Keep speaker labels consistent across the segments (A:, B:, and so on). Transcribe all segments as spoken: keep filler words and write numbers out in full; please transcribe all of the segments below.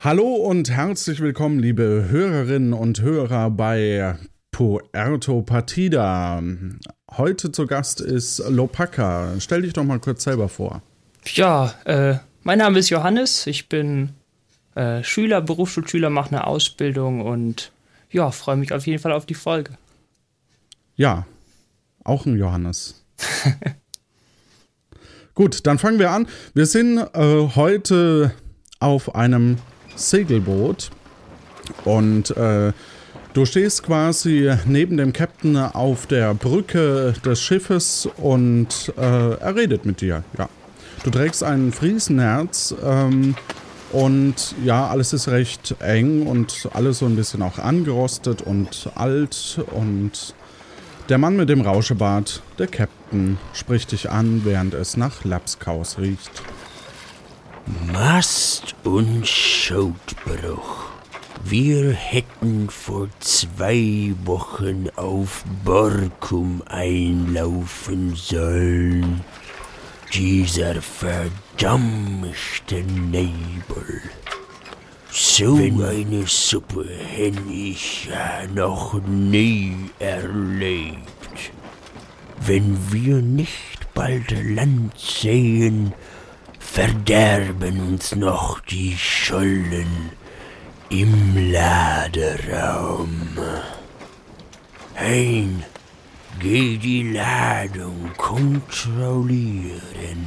A: Hallo und herzlich willkommen, liebe Hörerinnen und Hörer bei Puerto Partida. Heute zu Gast ist Lopaka. Stell dich doch mal kurz selber vor.
B: Ja, äh, mein Name ist Johannes. Ich bin äh, Schüler, Berufsschulschüler, mache eine Ausbildung und ja, freue mich auf jeden Fall auf die Folge.
A: Ja, auch ein Johannes. Gut, dann fangen wir an. Wir sind äh, heute auf einem Segelboot und äh, du stehst quasi neben dem Captain auf der Brücke des Schiffes und äh, er redet mit dir, ja. Du trägst ein Friesenherz ähm, und ja, alles ist recht eng und alles so ein bisschen auch angerostet und alt und der Mann mit dem Rauschebart, der Captain, spricht dich an, während es nach Lapskaus riecht.
C: Mast und Schotbruch. Wir hätten vor zwei Wochen auf Borkum einlaufen sollen. Dieser verdammte Nebel. So Wenn eine Suppe hätt ich ja noch nie erlebt. Wenn wir nicht bald Land sehen, verderben uns noch die Schollen im Laderaum. Hein, geh die Ladung kontrollieren.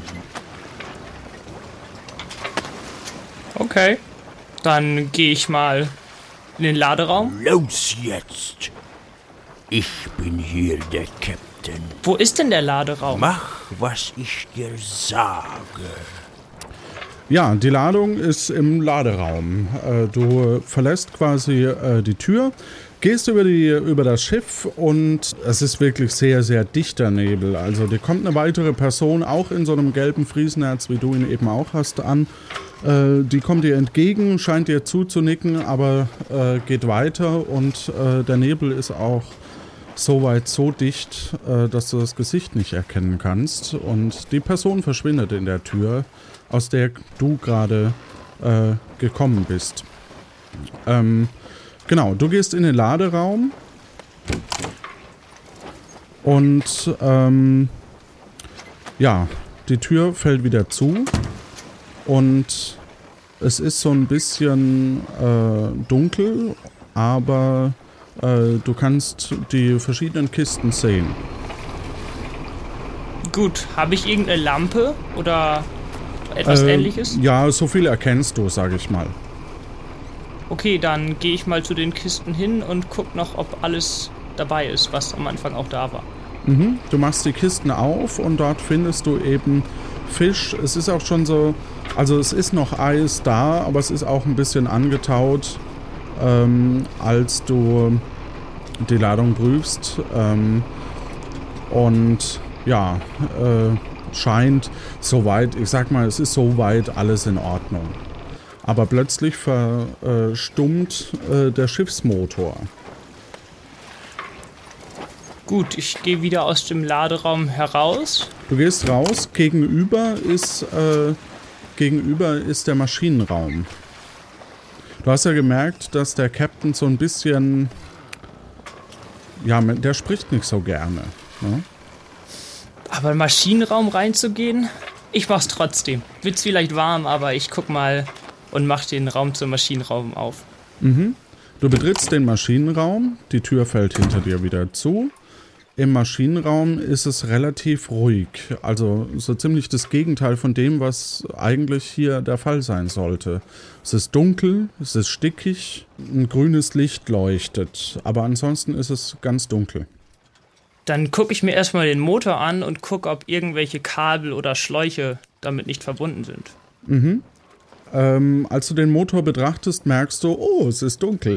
B: Okay, dann gehe ich mal in den Laderaum.
C: Los jetzt! Ich bin hier der Captain.
B: Wo ist denn der Laderaum?
C: Mach, was ich dir sage.
A: Ja, die Ladung ist im Laderaum. Äh, du verlässt quasi äh, die Tür, gehst über, die, über das Schiff und es ist wirklich sehr, sehr dichter Nebel. Also dir kommt eine weitere Person, auch in so einem gelben Friesenherz, wie du ihn eben auch hast, an. Äh, die kommt dir entgegen, scheint dir zuzunicken, aber äh, geht weiter und äh, der Nebel ist auch soweit so dicht, äh, dass du das Gesicht nicht erkennen kannst. Und die Person verschwindet in der Tür, aus der du gerade äh, gekommen bist. Ähm, genau, du gehst in den Laderaum und ähm, ja, die Tür fällt wieder zu und es ist so ein bisschen äh, dunkel, aber äh, du kannst die verschiedenen Kisten sehen.
B: Gut, habe ich irgendeine Lampe oder etwas
A: äh,
B: Ähnliches?
A: Ja, so viel erkennst du, sage ich mal.
B: Okay, dann gehe ich mal zu den Kisten hin und guck noch, ob alles dabei ist, was am Anfang auch da war.
A: Mhm. Du machst die Kisten auf und dort findest du eben Fisch. Es ist auch schon so, also es ist noch Eis da, aber es ist auch ein bisschen angetaut, ähm, als du die Ladung prüfst. Ähm, und ja, äh, scheint soweit, ich sag mal, es ist soweit alles in Ordnung. Aber plötzlich verstummt äh, der Schiffsmotor.
B: Gut, ich gehe wieder aus dem Laderaum heraus.
A: Du gehst raus, gegenüber ist, äh, gegenüber ist der Maschinenraum. Du hast ja gemerkt, dass der Captain so ein bisschen, ja, der spricht nicht so gerne, ne?
B: Aber im Maschinenraum reinzugehen, ich mach's trotzdem. Wird's vielleicht warm, aber ich guck mal und mach den Raum zum Maschinenraum auf.
A: Mhm. Du betrittst den Maschinenraum, die Tür fällt hinter dir wieder zu. Im Maschinenraum ist es relativ ruhig, also so ziemlich das Gegenteil von dem, was eigentlich hier der Fall sein sollte. Es ist dunkel, es ist stickig, ein grünes Licht leuchtet, aber ansonsten ist es ganz dunkel.
B: Dann gucke ich mir erstmal den Motor an und gucke, ob irgendwelche Kabel oder Schläuche damit nicht verbunden sind.
A: Mhm. Ähm, als du den Motor betrachtest, merkst du, oh, es ist dunkel.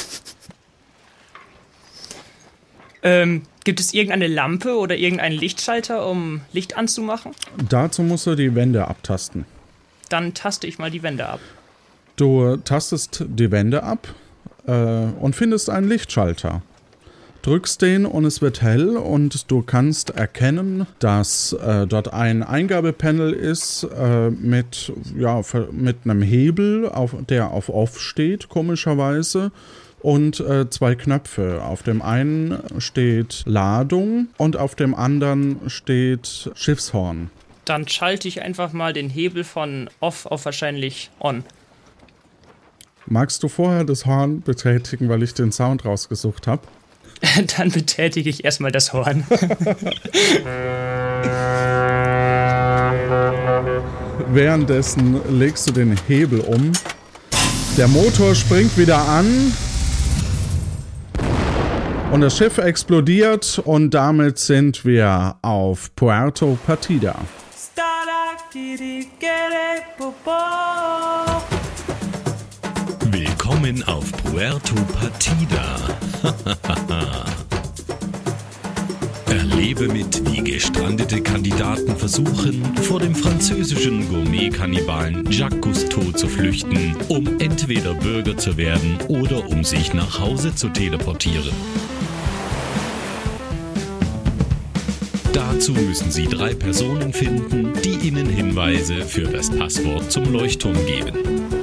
B: Ähm, gibt es irgendeine Lampe oder irgendeinen Lichtschalter, um Licht anzumachen?
A: Dazu musst du die Wände abtasten.
B: Dann taste ich mal die Wände ab.
A: Du tastest die Wände ab äh, und findest einen Lichtschalter. drückst den und es wird hell und du kannst erkennen, dass äh, dort ein Eingabepanel ist äh, mit, ja, mit einem Hebel, auf, der auf Off steht, komischerweise. Und äh, zwei Knöpfe. Auf dem einen steht Ladung und auf dem anderen steht Schiffshorn.
B: Dann schalte ich einfach mal den Hebel von Off auf wahrscheinlich On.
A: Magst du vorher das Horn betätigen, weil ich den Sound rausgesucht habe?
B: Dann betätige ich erstmal das Horn.
A: Währenddessen legst du den Hebel um. Der Motor springt wieder an. Und das Schiff explodiert und damit sind wir auf Puerto Partida.
D: Willkommen auf Puerto Partida. Erlebe mit, wie gestrandete Kandidaten versuchen, vor dem französischen Gourmet-Kannibalen Jacques Cousteau zu flüchten, um entweder Bürger zu werden oder um sich nach Hause zu teleportieren. Dazu müssen Sie drei Personen finden, die Ihnen Hinweise für das Passwort zum Leuchtturm geben.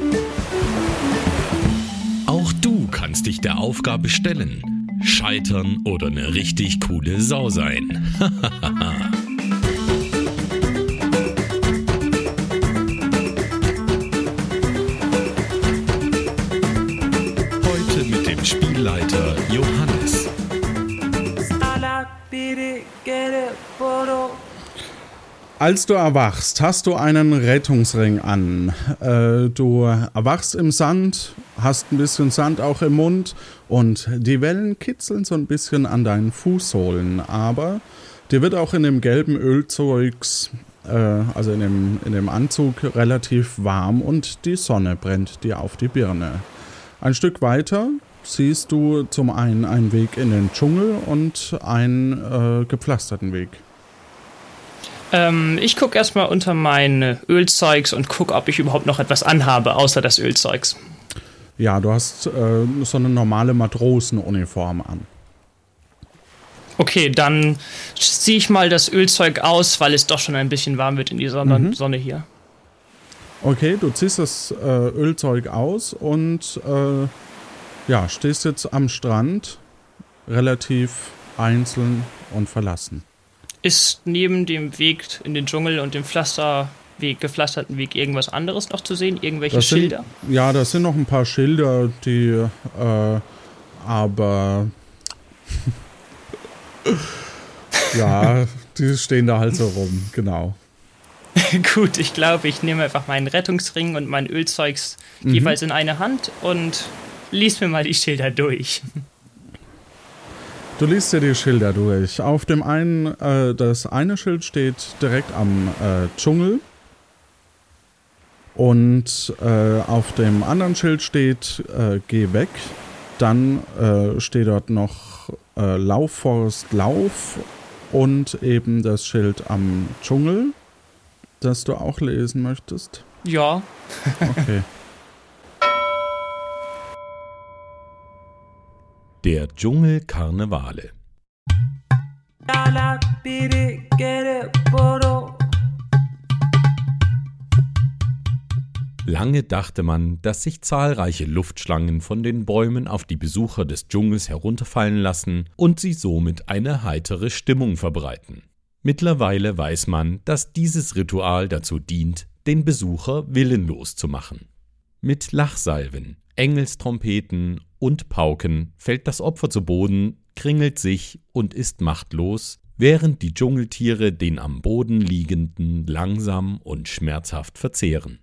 D: Auch du kannst dich der Aufgabe stellen, scheitern oder eine richtig coole Sau sein. Heute mit dem Spielleiter Johannes.
A: Als du erwachst, hast du einen Rettungsring an. Äh, du erwachst im Sand, hast ein bisschen Sand auch im Mund und die Wellen kitzeln so ein bisschen an deinen Fußsohlen. Aber dir wird auch in dem gelben Ölzeugs, äh, also in dem, in dem Anzug, relativ warm und die Sonne brennt dir auf die Birne. Ein Stück weiter siehst du zum einen einen Weg in den Dschungel und einen äh, gepflasterten Weg.
B: Ähm, ich gucke erstmal unter mein Ölzeugs und gucke, ob ich überhaupt noch etwas anhabe, außer das Ölzeugs.
A: Ja, du hast äh, so eine normale Matrosenuniform an.
B: Okay, dann ziehe ich mal das Ölzeug aus, weil es doch schon ein bisschen warm wird in dieser mhm. Sonne hier.
A: Okay, du ziehst das äh, Ölzeug aus und äh, ja, stehst jetzt am Strand, relativ einzeln und verlassen.
B: Ist neben dem Weg in den Dschungel und dem Pflasterweg, gepflasterten Weg irgendwas anderes noch zu sehen? Irgendwelche
A: das sind,
B: Schilder?
A: Ja, das sind noch ein paar Schilder, die äh, aber ja, die stehen da halt so rum, genau.
B: Gut, ich glaube, ich nehme einfach meinen Rettungsring und mein Ölzeugs mhm. jeweils in eine Hand und lies mir mal die Schilder durch.
A: Du liest dir die Schilder durch. Auf dem einen, äh, das eine Schild steht direkt am äh, Dschungel. Und äh, auf dem anderen Schild steht, äh, geh weg. Dann äh, steht dort noch äh, Lauf, Forst, Lauf. Und eben das Schild am Dschungel, das du auch lesen möchtest.
B: Ja.
A: Okay.
D: Der Dschungel Karnevale. Lange dachte man, dass sich zahlreiche Luftschlangen von den Bäumen auf die Besucher des Dschungels herunterfallen lassen und sie somit eine heitere Stimmung verbreiten. Mittlerweile weiß man, dass dieses Ritual dazu dient, den Besucher willenlos zu machen. Mit Lachsalven, Engelstrompeten und Pauken fällt das Opfer zu Boden, kringelt sich und ist machtlos, während die Dschungeltiere den am Boden liegenden langsam und schmerzhaft verzehren.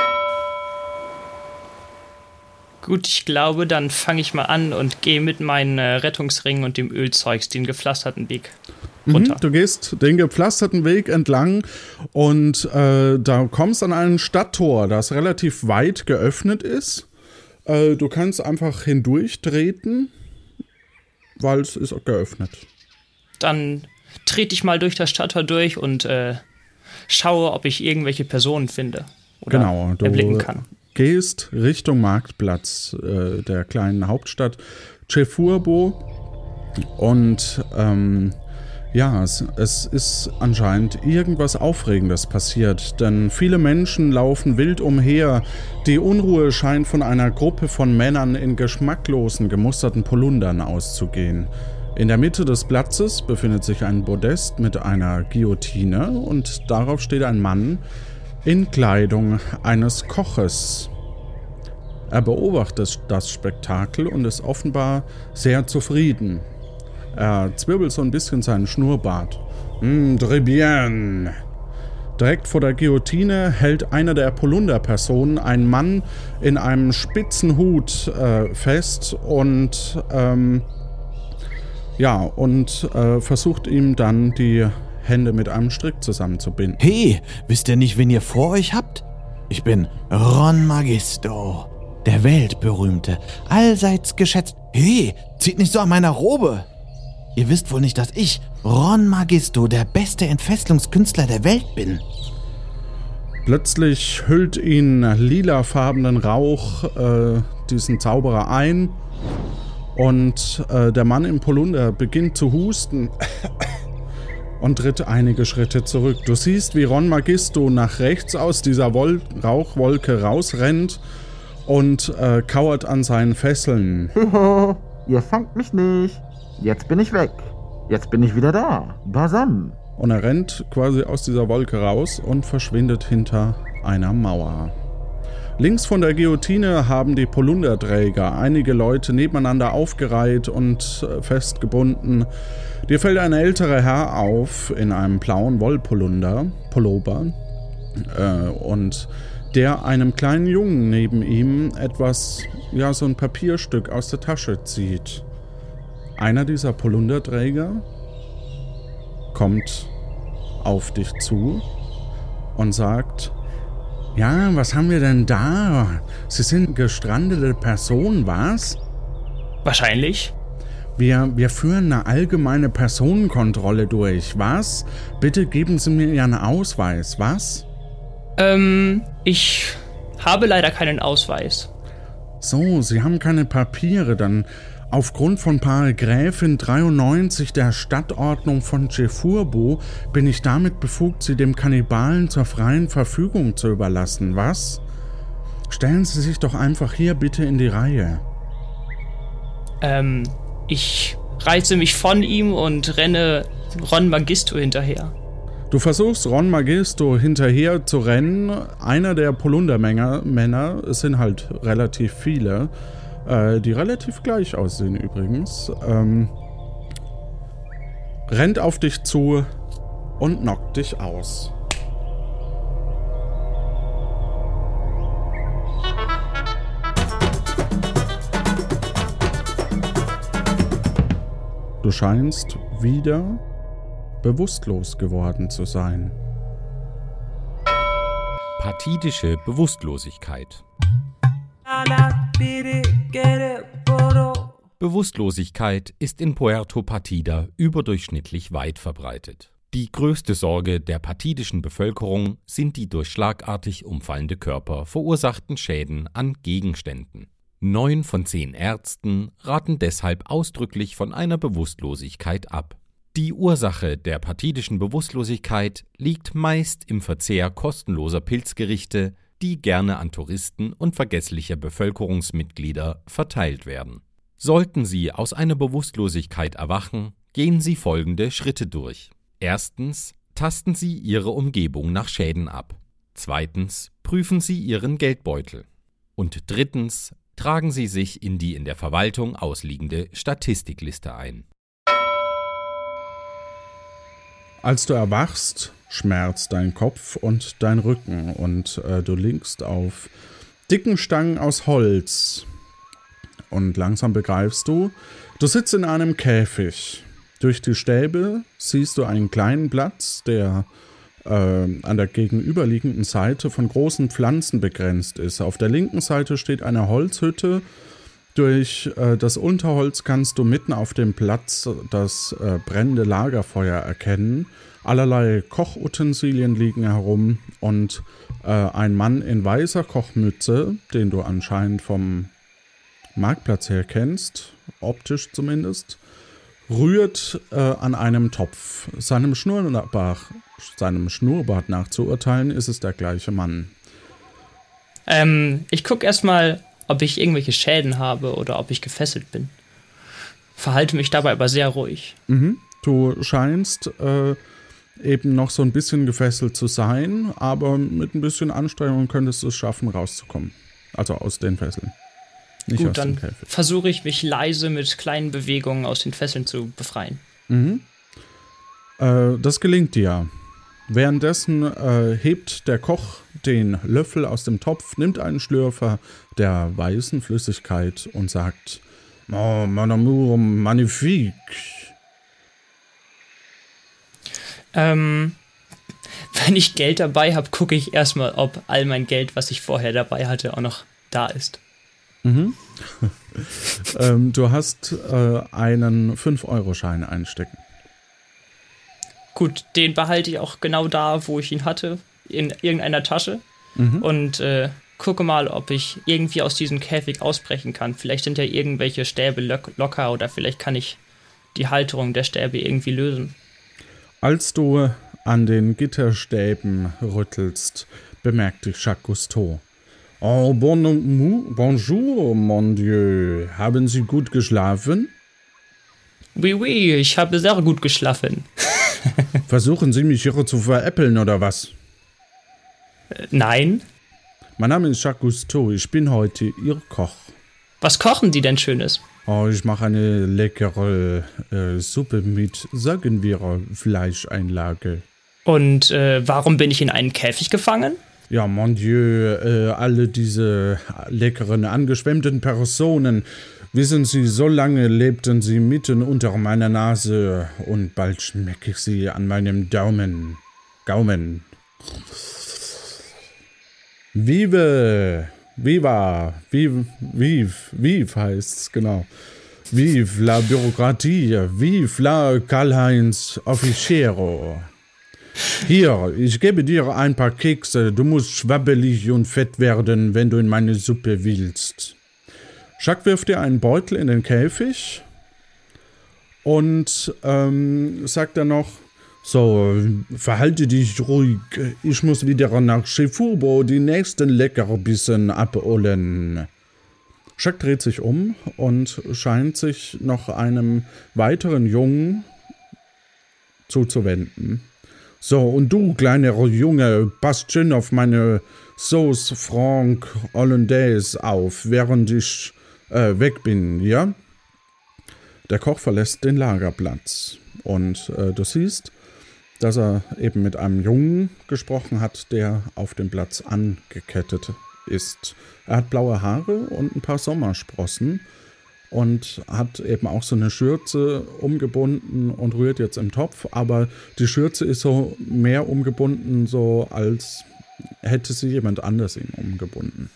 B: Gut, ich glaube, dann fange ich mal an und gehe mit meinen äh, Rettungsringen und dem Ölzeugs den gepflasterten Weg runter.
A: Mhm, du gehst den gepflasterten Weg entlang und äh, da kommst an ein Stadttor, das relativ weit geöffnet ist. Äh, du kannst einfach hindurchtreten, weil es ist geöffnet.
B: Dann trete ich mal durch das Stadttor durch und äh, schaue, ob ich irgendwelche Personen finde oder
A: genau, du
B: erblicken kann.
A: Gehst Richtung Marktplatz äh, der kleinen Hauptstadt Chefurbo Und ähm, ja, es, es ist anscheinend irgendwas Aufregendes passiert, denn viele Menschen laufen wild umher. Die Unruhe scheint von einer Gruppe von Männern in geschmacklosen, gemusterten Polundern auszugehen. In der Mitte des Platzes befindet sich ein Podest mit einer Guillotine und darauf steht ein Mann in Kleidung eines Koches. Er beobachtet das Spektakel und ist offenbar sehr zufrieden. Er zwirbelt so ein bisschen seinen Schnurrbart. Mm, très bien. Direkt vor der Guillotine hält eine der Polunder-Personen einen Mann in einem spitzen Hut äh, fest und ähm, ja, und äh, versucht ihm dann die Hände mit einem Strick zusammenzubinden.
E: Hey, wisst ihr nicht, wen ihr vor euch habt? Ich bin Ron Magisto, der weltberühmte, allseits geschätzt. Hey, zieht nicht so an meiner Robe. Ihr wisst wohl nicht, dass ich, Ron Magisto, der beste Entfesselungskünstler der Welt bin.
A: Plötzlich hüllt ihn lilafarbenen Rauch äh, diesen Zauberer ein und äh, der Mann im Polunder beginnt zu husten und tritt einige Schritte zurück. Du siehst, wie Ron Magisto nach rechts aus dieser Wol- Rauchwolke rausrennt und äh, kauert an seinen Fesseln.
F: Ihr fangt mich nicht. Jetzt bin ich weg. Jetzt bin ich wieder da. Basam.
A: Und er rennt quasi aus dieser Wolke raus und verschwindet hinter einer Mauer. Links von der Guillotine haben die Polunderträger einige Leute nebeneinander aufgereiht und festgebunden. Dir fällt ein älterer Herr auf in einem blauen Wollpolunder, Pullover, äh, und der einem kleinen Jungen neben ihm etwas, ja, so ein Papierstück aus der Tasche zieht. Einer dieser Polunderträger kommt auf dich zu und sagt: Ja, was haben wir denn da? Sie sind gestrandete Personen, was?
B: Wahrscheinlich.
A: Wir, wir führen eine allgemeine Personenkontrolle durch, was? Bitte geben Sie mir Ihren Ausweis, was?
B: Ähm, ich habe leider keinen Ausweis.
A: So, Sie haben keine Papiere, dann aufgrund von Paragraphin dreiundneunzig der Stadtordnung von Chefurbo bin ich damit befugt, Sie dem Kannibalen zur freien Verfügung zu überlassen, was? Stellen Sie sich doch einfach hier bitte in die Reihe.
B: Ähm, ich reiße mich von ihm und renne Ron Magisto hinterher.
A: Du versuchst Ron Magisto hinterher zu rennen. Einer der Polundermänner, Männer, es sind halt relativ viele, äh, die relativ gleich aussehen übrigens, ähm, rennt auf dich zu und knockt dich aus. Du scheinst wieder bewusstlos geworden zu sein.
D: Patidische Bewusstlosigkeit. Bewusstlosigkeit ist in Puerto Partida überdurchschnittlich weit verbreitet. Die größte Sorge der patidischen Bevölkerung sind die durch schlagartig umfallende Körper verursachten Schäden an Gegenständen. Neun von zehn Ärzten raten deshalb ausdrücklich von einer Bewusstlosigkeit ab. Die Ursache der patidischen Bewusstlosigkeit liegt meist im Verzehr kostenloser Pilzgerichte, die gerne an Touristen und vergessliche Bevölkerungsmitglieder verteilt werden. Sollten Sie aus einer Bewusstlosigkeit erwachen, gehen Sie folgende Schritte durch. Erstens, tasten Sie Ihre Umgebung nach Schäden ab. Zweitens, prüfen Sie Ihren Geldbeutel. Und drittens, tragen Sie sich in die in der Verwaltung ausliegende Statistikliste ein.
A: Als du erwachst, schmerzt dein Kopf und dein Rücken und äh, du liegst auf dicken Stangen aus Holz. Und langsam begreifst du, du sitzt in einem Käfig. Durch die Stäbe siehst du einen kleinen Platz, der äh, an der gegenüberliegenden Seite von großen Pflanzen begrenzt ist. Auf der linken Seite steht eine Holzhütte. Durch äh, das Unterholz kannst du mitten auf dem Platz das äh, brennende Lagerfeuer erkennen. Allerlei Kochutensilien liegen herum und äh, ein Mann in weißer Kochmütze, den du anscheinend vom Marktplatz her kennst, optisch zumindest, rührt äh, an einem Topf. Seinem Schnurrbart, seinem Schnurrbart nach zu urteilen, ist es der gleiche Mann.
B: Ähm, ich gucke erstmal, ob ich irgendwelche Schäden habe oder ob ich gefesselt bin. Verhalte mich dabei aber sehr ruhig.
A: Mhm. Du scheinst äh, eben noch so ein bisschen gefesselt zu sein, aber mit ein bisschen Anstrengung könntest du es schaffen, rauszukommen. Also aus den Fesseln. Nicht
B: Gut,
A: aus
B: dann
A: dem Käfig.
B: versuche ich mich leise mit kleinen Bewegungen aus den Fesseln zu befreien.
A: Mhm. Äh, das gelingt dir. Währenddessen äh, hebt der Koch den Löffel aus dem Topf, nimmt einen Schlürfer der weißen Flüssigkeit und sagt: Oh, mon amour, magnifique.
B: Ähm, wenn ich Geld dabei habe, gucke ich erstmal, ob all mein Geld, was ich vorher dabei hatte, auch noch da ist.
A: Mhm. ähm, du hast äh, einen fünf Euro Schein einstecken.
B: Gut, den behalte ich auch genau da, wo ich ihn hatte, in irgendeiner Tasche.
A: Mhm.
B: Und äh, gucke mal, ob ich irgendwie aus diesem Käfig ausbrechen kann. Vielleicht sind ja irgendwelche Stäbe lock- locker oder vielleicht kann ich die Halterung der Stäbe irgendwie lösen.
A: Als du an den Gitterstäben rüttelst, bemerkt dich Jacques Cousteau. Oh, bon, bonjour, mon Dieu. Haben Sie gut geschlafen?
B: Oui, oui, ich habe sehr gut geschlafen.
A: Versuchen Sie mich hier zu veräppeln, oder was?
B: Äh, nein?
A: Mein Name ist Jacques Cousteau. Ich bin heute Ihr Koch.
B: Was kochen die denn Schönes?
A: Oh, ich mache eine leckere äh, Suppe mit, sagen wir, Fleischeinlage.
B: Und äh, warum bin ich in einen Käfig gefangen?
A: Ja, mon Dieu, äh, alle diese leckeren, angeschwemmten Personen. Wissen Sie, so lange lebten sie mitten unter meiner Nase und bald schmecke ich sie an meinem Daumen. Gaumen. Vive! Viva! Vive! Vive! Vive heißt's, genau. Vive la Bürokratie! Vive la Karl-Heinz Officiero! Hier, ich gebe dir ein paar Kekse. Du musst schwabbelig und fett werden, wenn du in meine Suppe willst. Jacques wirft dir einen Beutel in den Käfig und ähm, sagt dann noch: So, verhalte dich ruhig. Ich muss wieder nach Chefurbo die nächsten Leckerbissen abholen. Jacques dreht sich um und scheint sich noch einem weiteren Jungen zuzuwenden. So, und du, kleiner Junge, passt schön auf meine Sauce Franc Hollandaise auf, während ich äh, weg bin, ja? Der Koch verlässt den Lagerplatz und äh, du siehst, dass er eben mit einem Jungen gesprochen hat, der auf dem Platz angekettet ist. Er hat blaue Haare und ein paar Sommersprossen und hat eben auch so eine Schürze umgebunden und rührt jetzt im Topf, aber die Schürze ist so mehr umgebunden, so als hätte sie jemand anders ihm umgebunden.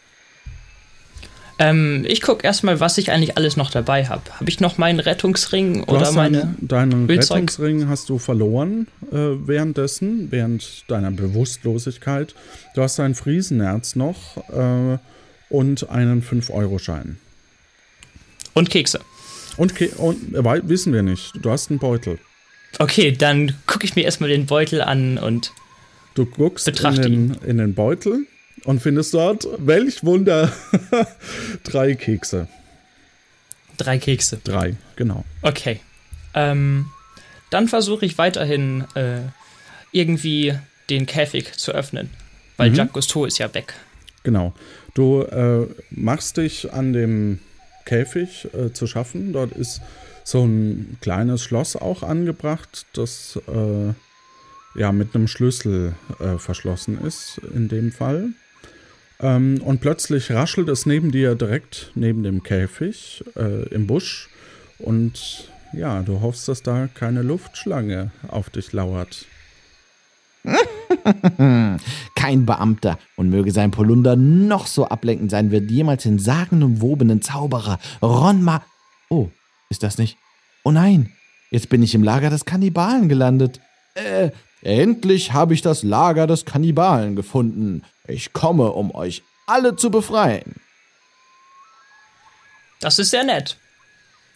B: Ähm, ich gucke erstmal, was ich eigentlich alles noch dabei habe. Habe ich noch meinen Rettungsring
A: Du
B: oder
A: hast
B: meine
A: deinen, deinen
B: Spielzeug?
A: Rettungsring hast du verloren äh, währenddessen, während deiner Bewusstlosigkeit. Du hast dein Friesenerz noch äh, und einen fünf Euro Schein.
B: Und Kekse.
A: Und, Ke- und äh, wissen wir nicht, du hast einen Beutel.
B: Okay, dann gucke ich mir erstmal den Beutel an und
A: Du guckst in
B: betrachte
A: den, in den Beutel und findest dort, welch Wunder, drei Kekse.
B: drei Kekse.
A: Drei, genau.
B: Okay. Ähm, dann versuche ich weiterhin äh, irgendwie den Käfig zu öffnen, weil
A: Mhm.
B: Jacques Cousteau ist ja weg.
A: Genau. Du äh, machst dich an dem Käfig äh, zu schaffen. Dort ist so ein kleines Schloss auch angebracht, das äh, ja mit einem Schlüssel äh, verschlossen ist in dem Fall. Ähm, und plötzlich raschelt es neben dir direkt neben dem Käfig äh, im Busch und ja, du hoffst, dass da keine Luftschlange auf dich lauert.
E: Kein Beamter, und möge sein Polunder noch so ablenkend sein, wird jemals den sagenumwobenen Zauberer Ron Ma... Oh, ist das nicht? Oh nein, jetzt bin ich im Lager des Kannibalen gelandet. Äh, endlich habe ich das Lager des Kannibalen gefunden. Ich komme, um euch alle zu befreien.
B: Das ist sehr nett.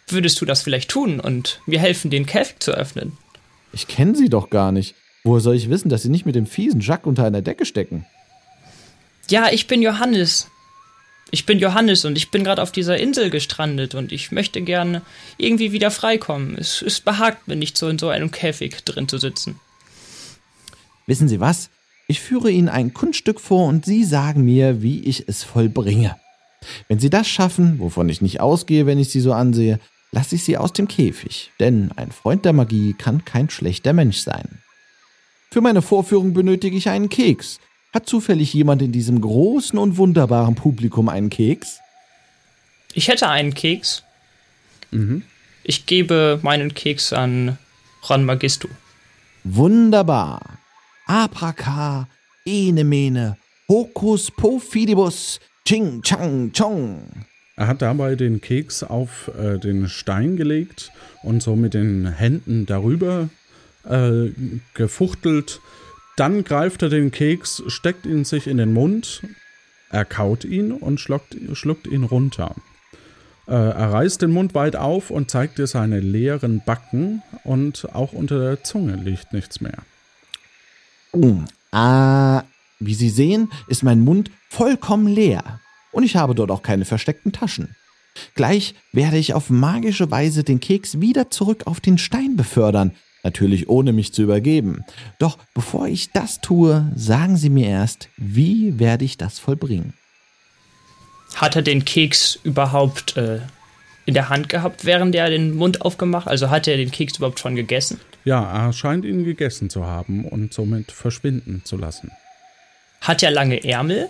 B: würdest du das vielleicht tun und mir helfen, den Käfig zu öffnen?
E: Ich kenne sie doch gar nicht. Woher soll ich wissen, dass sie nicht mit dem fiesen Jacques unter einer Decke stecken?
B: Ja, ich bin Johannes. Ich bin Johannes und ich bin gerade auf dieser Insel gestrandet und ich möchte gerne irgendwie wieder freikommen. Es, es behagt mir nicht so in so einem Käfig drin zu sitzen.
E: Wissen Sie was? Ich führe Ihnen ein Kunststück vor und Sie sagen mir, wie ich es vollbringe. Wenn Sie das schaffen, wovon ich nicht ausgehe, wenn ich Sie so ansehe, lasse ich Sie aus dem Käfig, denn ein Freund der Magie kann kein schlechter Mensch sein. Für meine Vorführung benötige ich einen Keks. Hat zufällig jemand in diesem großen und wunderbaren Publikum einen Keks?
B: Ich hätte einen Keks.
A: Mhm.
B: Ich gebe meinen Keks an Ron Magisto.
E: Wunderbar. Abraka, ene mene, hokus pofidibus, ching chang chong.
A: Er hat dabei den Keks auf äh, den Stein gelegt und so mit den Händen darüber äh, gefuchtelt. Dann greift er den Keks, steckt ihn sich in den Mund, er kaut ihn und schluckt, schluckt ihn runter. Äh, er reißt den Mund weit auf und zeigt dir seine leeren Backen und auch unter der Zunge liegt nichts mehr.
E: Mm. Ah, wie Sie sehen, ist mein Mund vollkommen leer und ich habe dort auch keine versteckten Taschen. Gleich werde ich auf magische Weise den Keks wieder zurück auf den Stein befördern, natürlich ohne mich zu übergeben. Doch bevor ich das tue, sagen Sie mir erst, wie werde ich das vollbringen?
B: Hat er den Keks überhaupt äh, in der Hand gehabt, während er den Mund aufgemacht? Also hat er den Keks überhaupt schon gegessen?
A: Ja, er scheint ihn gegessen zu haben und somit verschwinden zu lassen.
B: Hat er lange Ärmel?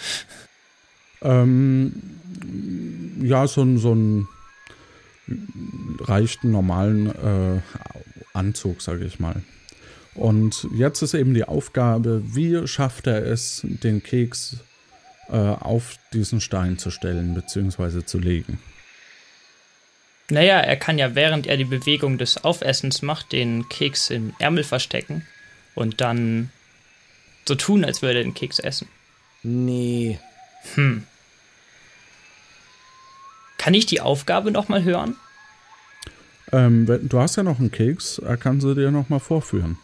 A: Ähm, ja, so, so einen reichten, normalen äh, Anzug, sage ich mal. Und jetzt ist eben die Aufgabe, wie schafft er es, den Keks äh, auf diesen Stein zu stellen bzw. zu legen.
B: Naja, er kann ja, während er die Bewegung des Aufessens macht, den Keks im Ärmel verstecken und dann so tun, als würde er den Keks essen.
E: Nee.
B: Hm. Kann ich die Aufgabe nochmal hören?
A: Ähm, du hast ja noch einen Keks, er kann sie dir nochmal vorführen.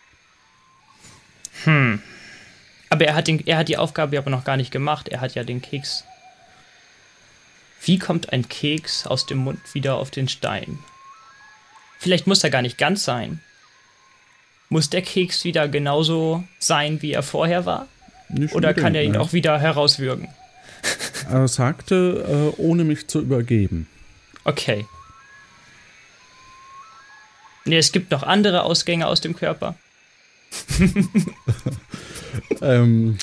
B: Hm. Aber er hat, den, er hat die Aufgabe aber noch gar nicht gemacht. Er hat ja den Keks. Wie kommt ein Keks aus dem Mund wieder auf den Stein? Vielleicht muss er gar nicht ganz sein. Muss der Keks wieder genauso sein, wie er vorher war?
A: Nicht
B: Oder kann er ihn
A: ne?
B: auch wieder herauswürgen?
A: Er sagte, äh, ohne mich zu übergeben.
B: Okay. Nee, es gibt noch andere Ausgänge aus dem Körper.
A: ähm,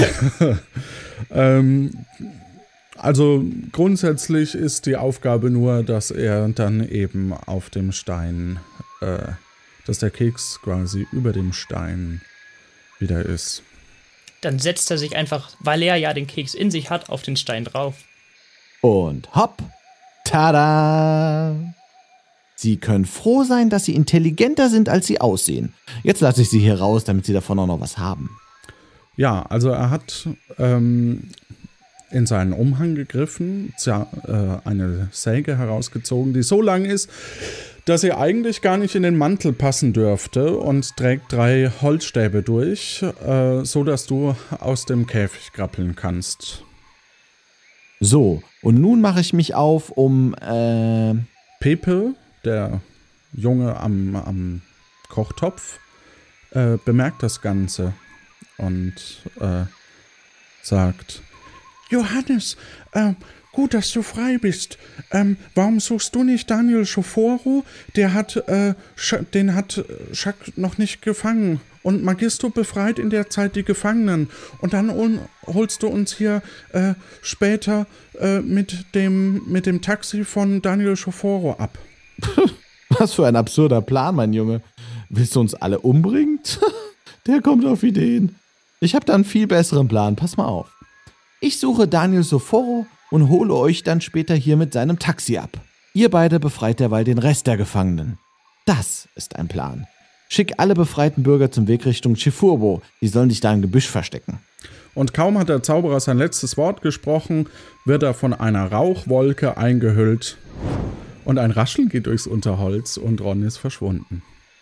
A: ähm, also grundsätzlich ist die Aufgabe nur, dass er dann eben auf dem Stein, äh, dass der Keks quasi über dem Stein wieder ist.
B: Dann setzt er sich einfach, weil er ja den Keks in sich hat, auf den Stein drauf.
E: Und hopp, tada! Sie können froh sein, dass Sie intelligenter sind, als Sie aussehen. Jetzt lasse ich Sie hier raus, damit Sie davon auch noch was haben.
A: Ja, also er hat ähm, in seinen Umhang gegriffen, tja, äh, eine Säge herausgezogen, die so lang ist, dass sie eigentlich gar nicht in den Mantel passen dürfte und trägt drei Holzstäbe durch, äh, so dass du aus dem Käfig krabbeln kannst.
E: So, und nun mache ich mich auf, um, äh...
A: Pepe, der Junge am, am Kochtopf, äh, bemerkt das Ganze und äh, sagt: Johannes, äh, gut, dass du frei bist. Ähm, warum suchst du nicht Daniel Schoforo? Der hat, äh, Sch- den hat Jacques noch nicht gefangen. Und Magisto befreit in der Zeit die Gefangenen. Und dann un- holst du uns hier äh, später äh, mit dem, mit dem Taxi von Daniel Schoforo ab.
E: Was für ein absurder Plan, mein Junge. Willst du uns alle umbringen? Der kommt auf Ideen. Ich habe da einen viel besseren Plan, pass mal auf. Ich suche Daniel Schoforo und hole euch dann später hier mit seinem Taxi ab. Ihr beide befreit derweil den Rest der Gefangenen. Das ist ein Plan. Schick alle befreiten Bürger zum Weg Richtung Chifurbo. Die sollen sich da im Gebüsch verstecken.
A: Und kaum hat der Zauberer sein letztes Wort gesprochen, wird er von einer Rauchwolke eingehüllt Und ein Rascheln geht durchs Unterholz und Ron ist verschwunden.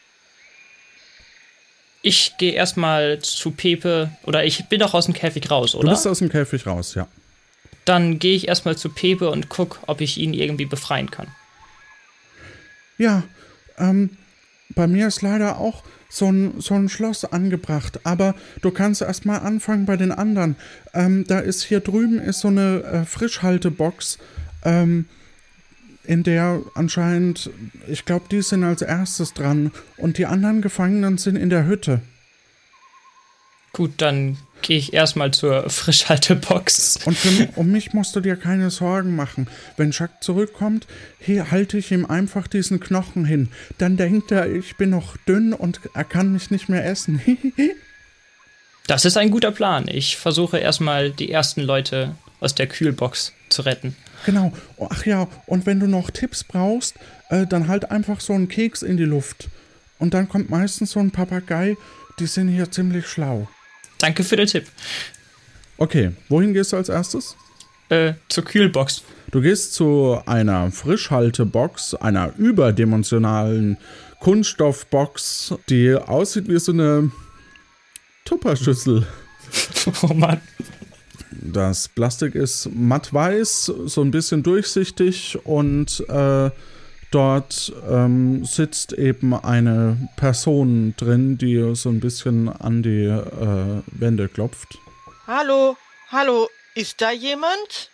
B: Ich gehe erstmal zu Pepe, oder ich bin doch aus dem Käfig raus, oder?
A: Du bist aus dem Käfig raus, ja.
B: Dann gehe ich erstmal zu Pepe und guck, ob ich ihn irgendwie befreien kann.
A: Ja, ähm, bei mir ist leider auch so ein, so ein Schloss angebracht, aber du kannst erstmal anfangen bei den anderen. Ähm, da ist hier drüben ist so eine äh, Frischhaltebox, ähm, in der anscheinend, ich glaube, die sind als erstes dran und die anderen Gefangenen sind in der Hütte.
B: Gut, dann gehe ich erstmal zur Frischhaltebox.
A: Und für, um mich musst du dir keine Sorgen machen. Wenn Jacques zurückkommt, hier halte ich ihm einfach diesen Knochen hin. Dann denkt er, ich bin noch dünn und er kann mich nicht mehr essen.
B: Das ist ein guter Plan. Ich versuche erstmal die ersten Leute aus der Kühlbox zu retten.
A: Genau. Ach ja, und wenn du noch Tipps brauchst, äh, dann halt einfach so einen Keks in die Luft. Und dann kommt meistens so ein Papagei. Die sind hier ziemlich schlau.
B: Danke für den Tipp.
A: Okay, wohin gehst du als erstes?
B: Äh, zur Kühlbox.
A: Du gehst zu einer Frischhaltebox, einer überdimensionalen Kunststoffbox, die aussieht wie so eine Tupperschüssel.
B: Oh Mann.
A: Das Plastik ist matt-weiß, so ein bisschen durchsichtig und äh, dort ähm, sitzt eben eine Person drin, die so ein bisschen an die äh, Wände klopft.
G: Hallo, hallo, ist da jemand?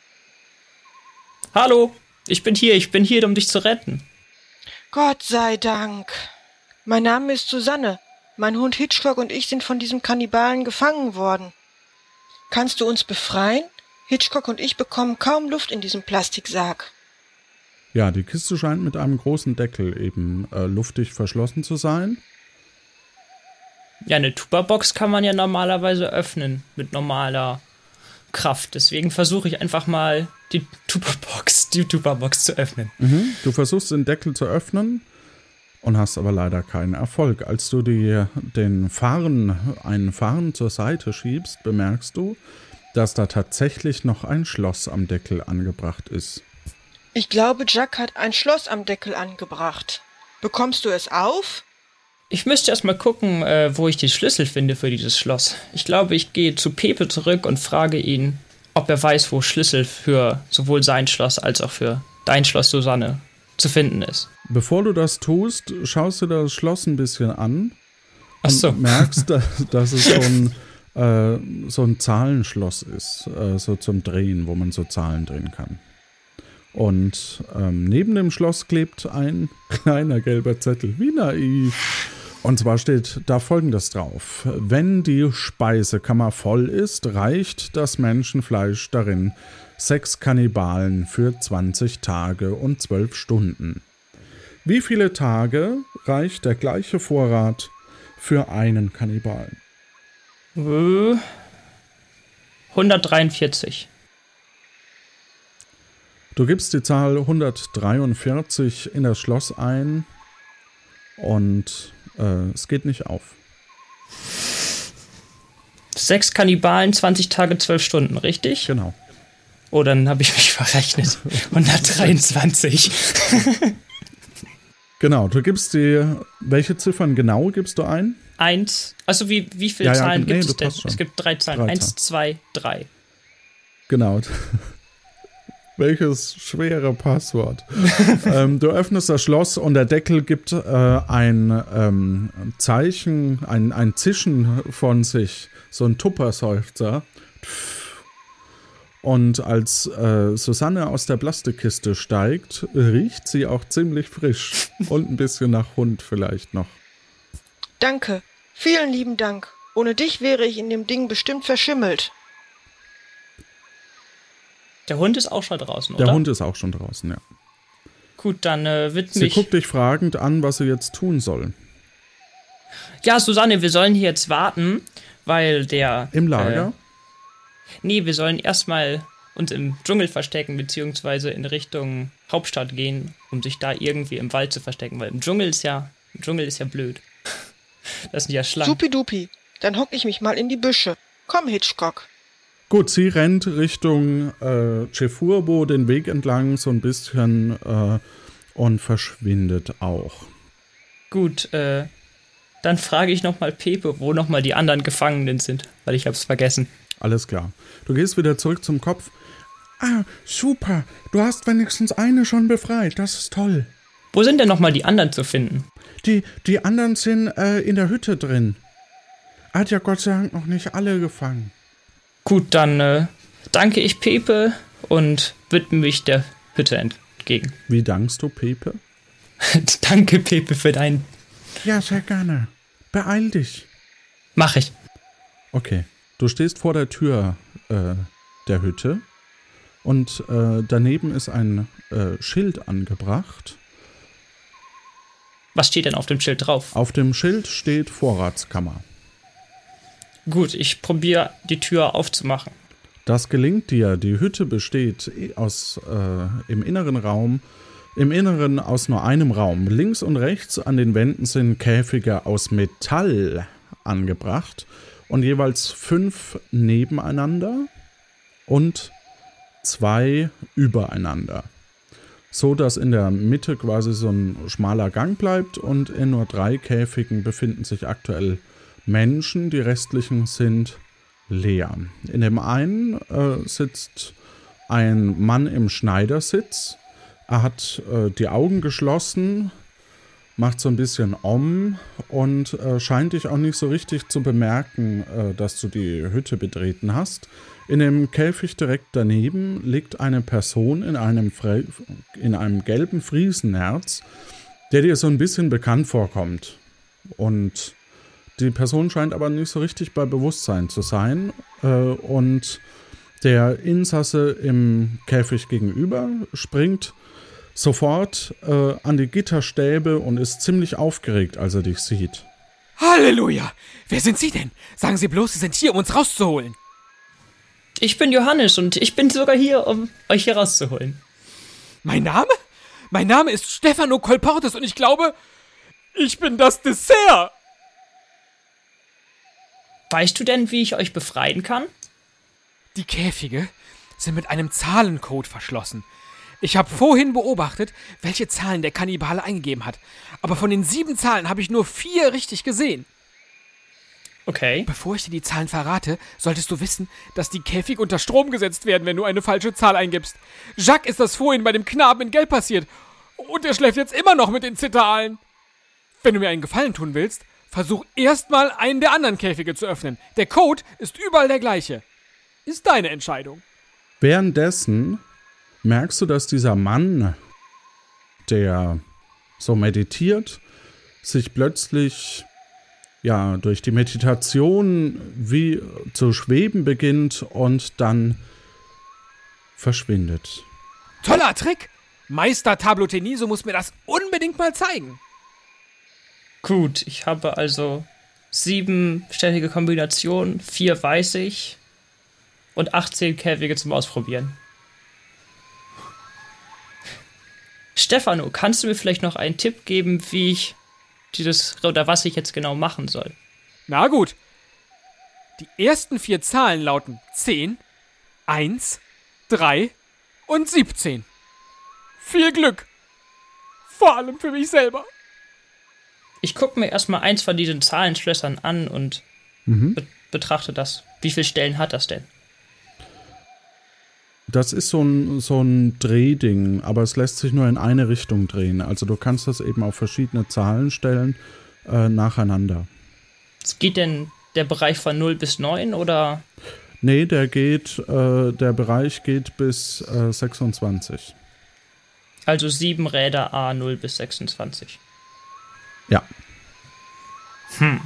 B: Hallo, ich bin hier, ich bin hier, um dich zu retten.
G: Gott sei Dank. Mein Name ist Susanne. Mein Hund Hitchcock und ich sind von diesem Kannibalen gefangen worden. Kannst du uns befreien? Hitchcock und ich bekommen kaum Luft in diesem Plastiksack.
A: Ja, die Kiste scheint mit einem großen Deckel eben äh, luftig verschlossen zu sein.
B: Ja, eine Tupperbox kann man ja normalerweise öffnen mit normaler Kraft. Deswegen versuche ich einfach mal die Tupperbox, die Tupperbox zu öffnen.
A: Mhm. Du versuchst den Deckel zu öffnen und hast aber leider keinen Erfolg. Als du die, den Farn, einen Farn zur Seite schiebst, bemerkst du, dass da tatsächlich noch ein Schloss am Deckel angebracht ist.
G: Ich glaube, Jack hat ein Schloss am Deckel angebracht. Bekommst du es auf?
B: Ich müsste erst mal gucken, äh, wo ich die Schlüssel finde für dieses Schloss. Ich glaube, ich gehe zu Pepe zurück und frage ihn, ob er weiß, wo Schlüssel für sowohl sein Schloss als auch für dein Schloss, Susanne, zu finden ist.
A: Bevor du das tust, schaust du das Schloss ein bisschen an
B: Ach so.
A: und merkst, dass, dass es so ein, äh, so ein Zahlenschloss ist, äh, so zum Drehen, wo man so Zahlen drehen kann. Und ähm, neben dem Schloss klebt ein kleiner gelber Zettel. Wie naiv. Und zwar steht da Folgendes drauf. Wenn die Speisekammer voll ist, reicht das Menschenfleisch darin sechs Kannibalen für zwanzig Tage und zwölf Stunden. Wie viele Tage reicht der gleiche Vorrat für einen Kannibalen?
B: Äh, hundertdreiundvierzig.
A: Du gibst die Zahl hundertdreiundvierzig in das Schloss ein und äh, es geht nicht auf.
B: Sechs Kannibalen, zwanzig Tage, zwölf Stunden, richtig?
A: Genau.
B: Oh, dann habe ich mich verrechnet. hundertdreiundzwanzig.
A: Genau, du gibst die, welche Ziffern genau gibst du ein?
B: Eins, also wie, wie viele
A: Ja, ja,
B: Zahlen
A: nee,
B: gibt
A: du
B: es denn?
A: passt schon.
B: Es gibt drei Zahlen.
A: Drei
B: Eins,
A: Zahlen.
B: zwei, drei.
A: Genau. Welches schwere Passwort. ähm, du öffnest das Schloss und der Deckel gibt äh, ein ähm, Zeichen, ein, ein Zischen von sich, so ein Tupperseufzer. Und als äh, Susanne aus der Plastikkiste steigt, riecht sie auch ziemlich frisch und ein bisschen nach Hund vielleicht noch.
G: Danke. Vielen lieben Dank. Ohne dich wäre ich in dem Ding bestimmt verschimmelt.
B: Der Hund ist auch schon draußen, oder?
A: Der Hund ist auch schon draußen, ja.
B: Gut, dann äh, widme
A: Sie
B: ich...
A: guckt dich fragend an, was sie jetzt tun soll.
B: Ja, Susanne, wir sollen hier jetzt warten, weil der...
A: Im Lager?
B: Äh, nee, wir sollen erstmal uns im Dschungel verstecken, beziehungsweise in Richtung Hauptstadt gehen, um sich da irgendwie im Wald zu verstecken, weil im Dschungel ist ja, im Dschungel ist ja blöd. Das sind ja Schlangen.
G: Supidupi. Dann hock ich mich mal in die Büsche. Komm, Hitchcock.
A: Gut, sie rennt Richtung äh, Chefurbo den Weg entlang so ein bisschen äh, und verschwindet auch.
B: Gut, äh, dann frage ich nochmal Pepe, wo nochmal die anderen Gefangenen sind, weil ich hab's vergessen.
A: Alles klar. Du gehst wieder zurück zum Kopf. Ah, super. Du hast wenigstens eine schon befreit. Das ist toll.
B: Wo sind denn nochmal die anderen zu finden?
A: Die, die anderen sind äh, in der Hütte drin. Er hat ja Gott sei Dank noch nicht alle gefangen.
B: Gut, dann äh, danke ich Pepe und widme mich der Hütte entgegen.
A: Wie dankst du, Pepe?
B: Danke, Pepe, für deinen...
A: Ja, sehr gerne. Beeil dich.
B: Mach ich.
A: Okay. Du stehst vor der Tür äh, der Hütte und äh, daneben ist ein äh, Schild angebracht.
B: Was steht denn auf dem Schild drauf?
A: Auf dem Schild steht Vorratskammer.
B: Gut, ich probiere die Tür aufzumachen.
A: Das gelingt dir. Die Hütte besteht aus äh, im inneren Raum, im Inneren aus nur einem Raum. Links und rechts an den Wänden sind Käfige aus Metall angebracht und jeweils fünf nebeneinander und zwei übereinander. So dass in der Mitte quasi so ein schmaler Gang bleibt und in nur drei Käfigen befinden sich aktuell Menschen, die restlichen sind leer. In dem einen äh, sitzt ein Mann im Schneidersitz. Er hat äh, die Augen geschlossen, macht so ein bisschen Om und äh, scheint dich auch nicht so richtig zu bemerken, äh, dass du die Hütte betreten hast. In dem Käfig direkt daneben liegt eine Person in einem, Fre- in einem gelben Friesenherz, der dir so ein bisschen bekannt vorkommt. Und die Person scheint aber nicht so richtig bei Bewusstsein zu sein. Äh, und der Insasse im Käfig gegenüber springt sofort äh, an die Gitterstäbe und ist ziemlich aufgeregt, als er dich sieht.
H: Halleluja! Wer sind Sie denn? Sagen Sie bloß, Sie sind hier, um uns rauszuholen.
B: Ich bin Johannes und ich bin sogar hier, um euch hier rauszuholen.
H: Mein Name? Mein Name ist Stefano Colportes und ich glaube, ich bin das Dessert.
B: Weißt du denn, wie ich euch befreien kann?
H: Die Käfige sind mit einem Zahlencode verschlossen. Ich habe vorhin beobachtet, welche Zahlen der Kannibale eingegeben hat. Aber von den sieben Zahlen habe ich nur vier richtig gesehen.
B: Okay.
H: Bevor ich dir die Zahlen verrate, solltest du wissen, dass die Käfige unter Strom gesetzt werden, wenn du eine falsche Zahl eingibst. Jacques ist das vorhin bei dem Knaben in Gelb passiert. Und er schläft jetzt immer noch mit den Zitteralen. Wenn du mir einen Gefallen tun willst, versuch erstmal einen der anderen Käfige zu öffnen. Der Code ist überall der gleiche. Ist deine Entscheidung.
A: Währenddessen merkst du, dass dieser Mann, der so meditiert, sich plötzlich ja durch die Meditation wie zu schweben beginnt und dann verschwindet.
H: Toller Trick! Meister Tabloteniso muss mir das unbedingt mal zeigen.
B: Gut, ich habe also siebenstellige Kombinationen, vier weiß ich und achtzehn Käfige zum Ausprobieren. Stefano, kannst du mir vielleicht noch einen Tipp geben, wie ich dieses, oder was ich jetzt genau machen soll?
H: Na gut. Die ersten vier Zahlen lauten zehn, eins, drei und siebzehn. Viel Glück. Vor allem für mich selber.
B: Ich gucke mir erstmal eins von diesen Zahlenschlössern an und mhm. be- betrachte das. Wie viele Stellen hat das denn?
A: Das ist so ein, so ein Drehding, aber es lässt sich nur in eine Richtung drehen. Also du kannst das eben auf verschiedene Zahlen stellen, äh, nacheinander.
B: Geht denn der Bereich von null bis neun oder?
A: Nee, der geht, äh, der Bereich geht bis äh, sechsundzwanzig.
B: Also sieben Räder A null bis sechsundzwanzig.
A: Ja.
B: Hm.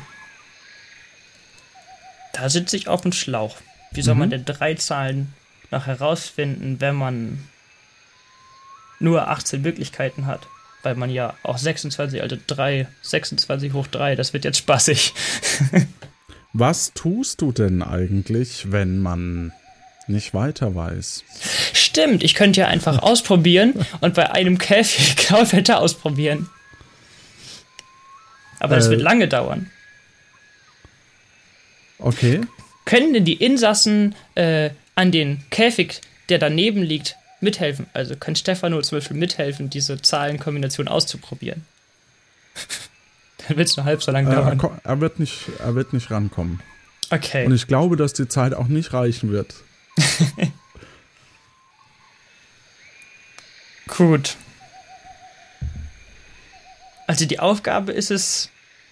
B: Da sitze ich auf dem Schlauch. Wie soll mhm. man denn drei Zahlen noch herausfinden, wenn man nur achtzehn Möglichkeiten hat? Weil man ja auch sechsundzwanzig, also drei, sechsundzwanzig hoch drei, das wird jetzt spaßig.
A: Was tust du denn eigentlich, wenn man nicht weiter weiß?
B: Stimmt, ich könnte ja einfach ausprobieren und bei einem Käfig Grauwetter ausprobieren. Aber das äh, wird lange dauern.
A: Okay.
B: können denn die Insassen äh, an den Käfig, der daneben liegt, mithelfen? Also kann Stefano zum Beispiel mithelfen, diese Zahlenkombination auszuprobieren? Dann wird es nur halb so lang
A: Äh,
B: dauern.
A: er, er, wird nicht, er wird nicht rankommen.
B: Okay.
A: Und ich glaube, dass die Zeit auch nicht reichen wird.
B: Gut. Also die Aufgabe ist es,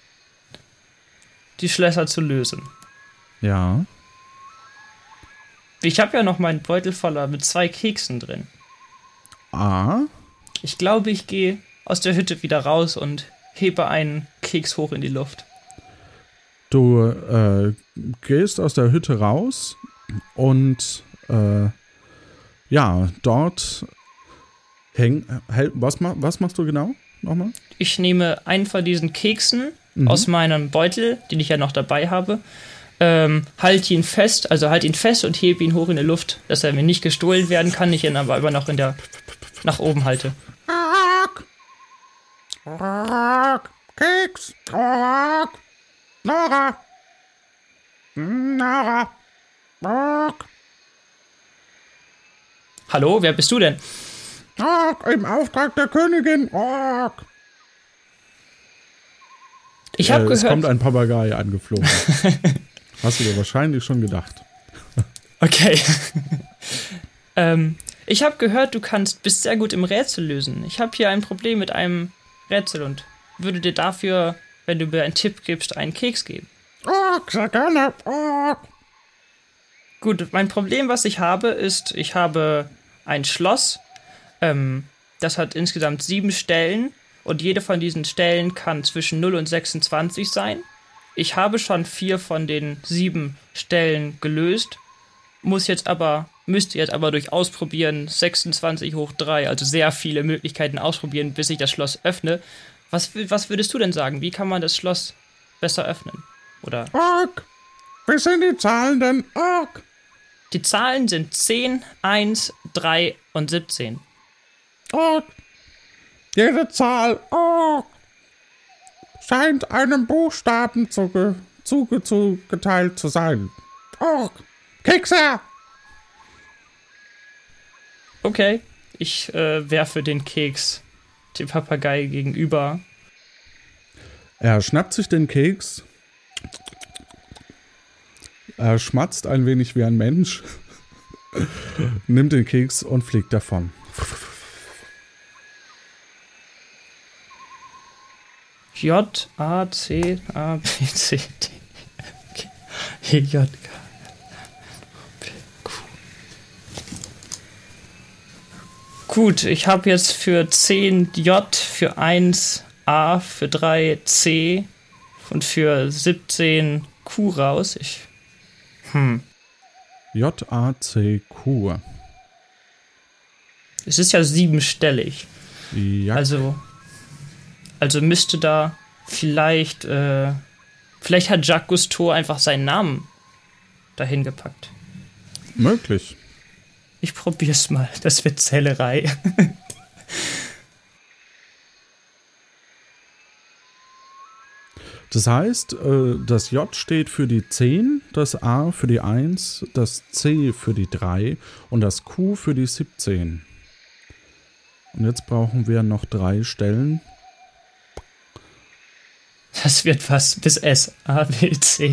B: die Schlösser zu lösen.
A: Ja.
B: Ich habe ja noch meinen Beutel voller mit zwei Keksen drin.
A: Ah.
B: Ich glaube, ich gehe aus der Hütte wieder raus und hebe einen Keks hoch in die Luft.
A: Du äh, gehst aus der Hütte raus und äh, ja, dort häng, häng, was, was machst du genau? Nochmal?
B: Ich nehme einen von diesen Keksen
A: Mhm.
B: aus meinem Beutel, den ich ja noch dabei habe, ähm, halte ihn fest, also halte ihn fest und hebe ihn hoch in die Luft, dass er mir nicht gestohlen werden kann, ich ihn aber immer noch in der nach oben halte.
A: Keks! Nora! Nora!
B: Hallo, wer bist du denn?
A: Im Auftrag der Königin!
B: Ich habe
A: äh,
B: gehört...
A: Es kommt ein Papagei angeflogen. Hast du dir wahrscheinlich schon gedacht.
B: Okay. ähm, ich habe gehört, du kannst, bist sehr gut im Rätsel lösen. Ich habe hier ein Problem mit einem Rätsel und würde dir dafür, wenn du mir einen Tipp gibst, einen Keks geben.
A: Oh, sehr gerne. Oh.
B: Gut, mein Problem, was ich habe, ist, ich habe ein Schloss, ähm, das hat insgesamt sieben Stellen und jede von diesen Stellen kann zwischen null und sechsundzwanzig sein. Ich habe schon vier von den sieben Stellen gelöst, muss jetzt aber, müsste jetzt aber durch Ausprobieren sechsundzwanzig hoch drei, also sehr viele Möglichkeiten ausprobieren, bis ich das Schloss öffne. Was, was würdest du denn sagen? Wie kann man das Schloss besser öffnen? Oder?
A: Ork! Wie sind die Zahlen denn? Ork!
B: Die Zahlen sind zehn, eins, drei und siebzehn.
A: Ork! Jede Zahl, Ork! Scheint einem Buchstaben zuge, zuge, zugeteilt zu sein. Ork! Kekse!
B: Okay, ich äh, werfe den Keks dem Papagei gegenüber.
A: Er schnappt sich den Keks. Er schmatzt ein wenig wie ein Mensch. Nimmt den Keks und fliegt davon.
B: J, A, C, A, B, C, D, E, J, K, P, Q. Gut, ich habe jetzt für zehn J, für eins A, für drei C und für siebzehn Q raus. Ich. Hm.
A: J, A, C, Q.
B: Es ist ja siebenstellig.
A: Ja.
B: Also. Also müsste da vielleicht, äh, vielleicht hat Jacques Cousteau einfach seinen Namen dahin gepackt.
A: Möglich.
B: Ich probier's mal, das wird Zählerei.
A: Das heißt, das J steht für die zehn, das A für die eins, das C für die drei und das Q für die siebzehn. Und jetzt brauchen wir noch drei Stellen.
B: Das wird was bis S. A, B, C.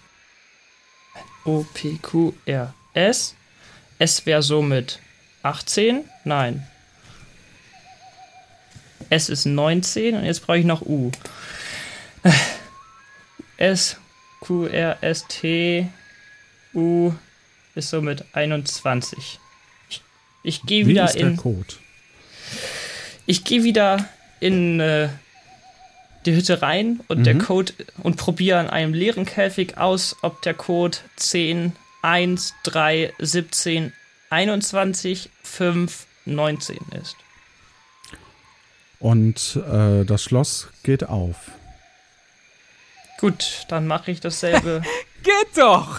B: O, P, Q, R, S. S wäre somit achtzehn. Nein. S ist neunzehn und jetzt brauche ich noch U. S, Q, R, S, T, U ist somit einundzwanzig. Ich, ich gehe wieder
A: Wie ist der
B: in.
A: Code?
B: Ich gehe wieder in äh, die Hütte rein und
A: Mhm.
B: der Code und probiere an einem leeren Käfig aus, ob der Code zehn, eins, drei, siebzehn, einundzwanzig, fünf, neunzehn ist.
A: Und äh, das Schloss geht auf.
B: Gut, dann mache ich dasselbe.
H: Geht doch!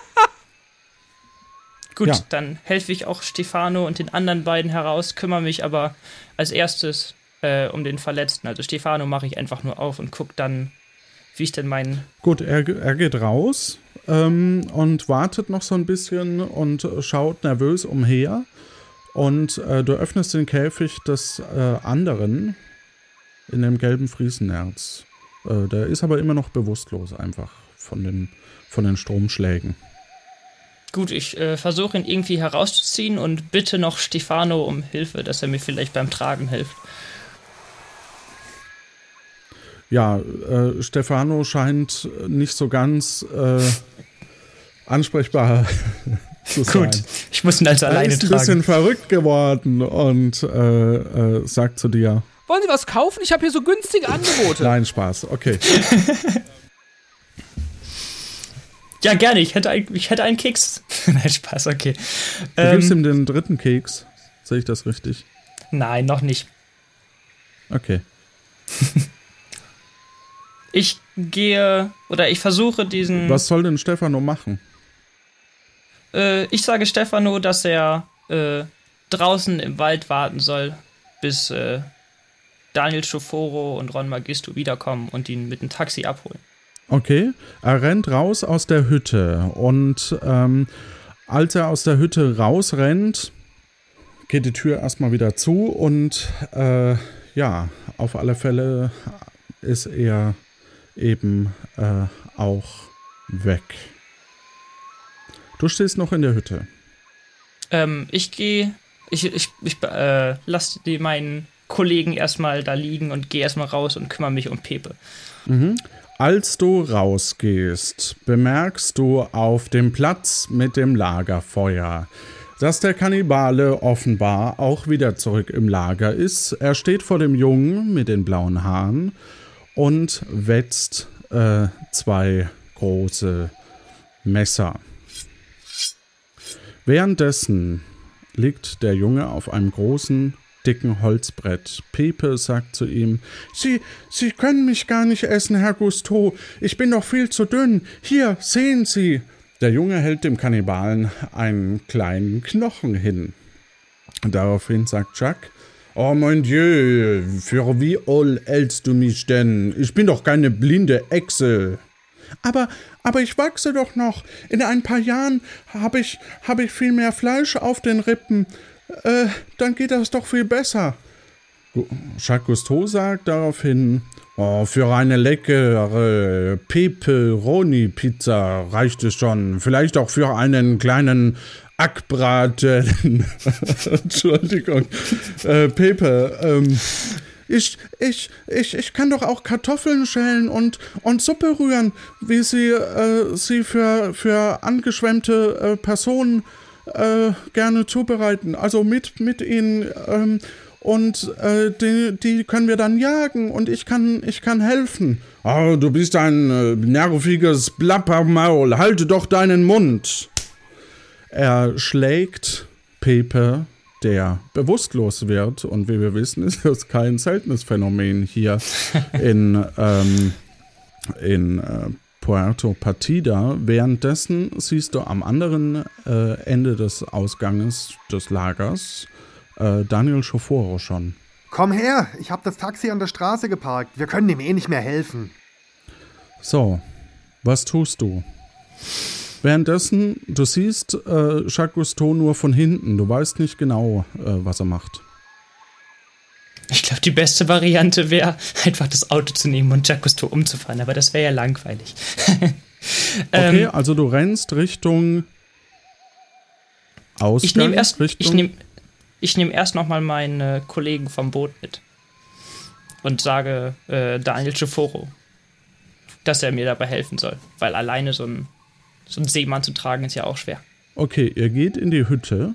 B: Gut,
A: Ja.
B: dann helfe ich auch Stefano und den anderen beiden heraus, kümmere mich aber als erstes äh, um den Verletzten. Also Stefano mache ich einfach nur auf und gucke dann, wie ist denn mein...
A: Gut, er, er geht raus ähm, und wartet noch so ein bisschen und schaut nervös umher. Und äh, du öffnest den Käfig des äh, anderen in dem gelben Friesenerz. Äh, der ist aber immer noch bewusstlos einfach von den, von den Stromschlägen.
B: Gut, ich äh, versuche ihn irgendwie herauszuziehen und bitte noch Stefano um Hilfe, dass er mir vielleicht beim Tragen hilft.
A: Ja, äh, Stefano scheint nicht so ganz äh, ansprechbar zu sein.
B: Gut, ich muss ihn also
A: er
B: alleine
A: ist ein
B: tragen.
A: bisschen verrückt geworden und äh, äh, sagt zu dir...
H: Wollen Sie was kaufen? Ich habe hier so günstige Angebote.
A: Nein, Spaß, okay.
B: Ja, gerne, ich hätte, ein, ich hätte einen Keks. Nein, Spaß, okay.
A: Du
B: Ähm,
A: gibst ihm den dritten Keks. Sehe ich das richtig?
B: nein, noch nicht.
A: Okay.
B: Ich gehe, oder ich versuche diesen...
A: Was soll denn Stefano machen?
B: Äh, ich sage Stefano, dass er äh, draußen im Wald warten soll, bis äh, Daniel Schoforo und Ron Magisto wiederkommen und ihn mit dem Taxi abholen.
A: Okay, er rennt raus aus der Hütte und ähm, als er aus der Hütte rausrennt, geht die Tür erstmal wieder zu und äh, ja, auf alle Fälle ist er eben äh, auch weg. Du stehst noch in der Hütte.
B: Ähm, ich gehe, ich, ich, ich äh, lasse die meinen Kollegen erstmal da liegen und gehe erstmal raus und kümmere mich um Pepe.
A: Mhm. Als du rausgehst, bemerkst du auf dem Platz mit dem Lagerfeuer, dass der Kannibale offenbar auch wieder zurück im Lager ist. Er steht vor dem Jungen mit den blauen Haaren und wetzt äh, zwei große Messer. Währenddessen liegt der Junge auf einem großen, dicken Holzbrett. Pepe sagt zu ihm, Sie, Sie können mich gar nicht essen, Herr Gusteau. Ich bin doch viel zu dünn. Hier, sehen Sie. Der Junge hält dem Kannibalen einen kleinen Knochen hin. Daraufhin sagt Jacques, Oh mon Dieu, für wie oll hältst du mich denn? Ich bin doch keine blinde Echse. Aber, aber ich wachse doch noch. In ein paar Jahren habe ich, hab ich viel mehr Fleisch auf den Rippen. Äh, dann geht das doch viel besser. Jacques Gusteau sagt daraufhin, oh, für eine leckere Pepperoni-Pizza reicht es schon. Vielleicht auch für einen kleinen Ackbraten. Entschuldigung. Äh, Pepe, ähm, ich, ich, ich, ich kann doch auch Kartoffeln schälen und, und Suppe rühren, wie sie, äh, sie für, für angeschwemmte äh, Personen äh, gerne zubereiten. Also mit, mit ihnen, ähm, und äh, die, die können wir dann jagen und ich kann, ich kann helfen. Oh, du bist ein äh, nerviges Plappermaul, halte doch deinen Mund. Er schlägt Pepe, der bewusstlos wird. Und wie wir wissen, ist das kein seltenes Phänomen hier in, ähm, in äh, Puerto Partida. Währenddessen siehst du am anderen äh, Ende des Ausganges des Lagers äh, Daniel Schoforo schon.
I: Komm her, ich habe das Taxi an der Straße geparkt. Wir können ihm eh nicht mehr helfen.
A: So, was tust du? Währenddessen, du siehst äh, Jacques Gusteau nur von hinten. Du weißt nicht genau, äh, was er macht.
B: Ich glaube, die beste Variante wäre, einfach das Auto zu nehmen und Jacques Gusteau umzufahren, aber das wäre ja langweilig.
A: Okay,
B: ähm,
A: also du rennst Richtung Ausgang.
B: Ich nehme erst,
A: Richtung
B: ich nehm, ich nehm erst nochmal meinen Kollegen vom Boot mit und sage äh, Daniel Schoforo, dass er mir dabei helfen soll, weil alleine so ein So einen Seemann zu tragen ist ja auch schwer.
A: Okay, ihr geht in die Hütte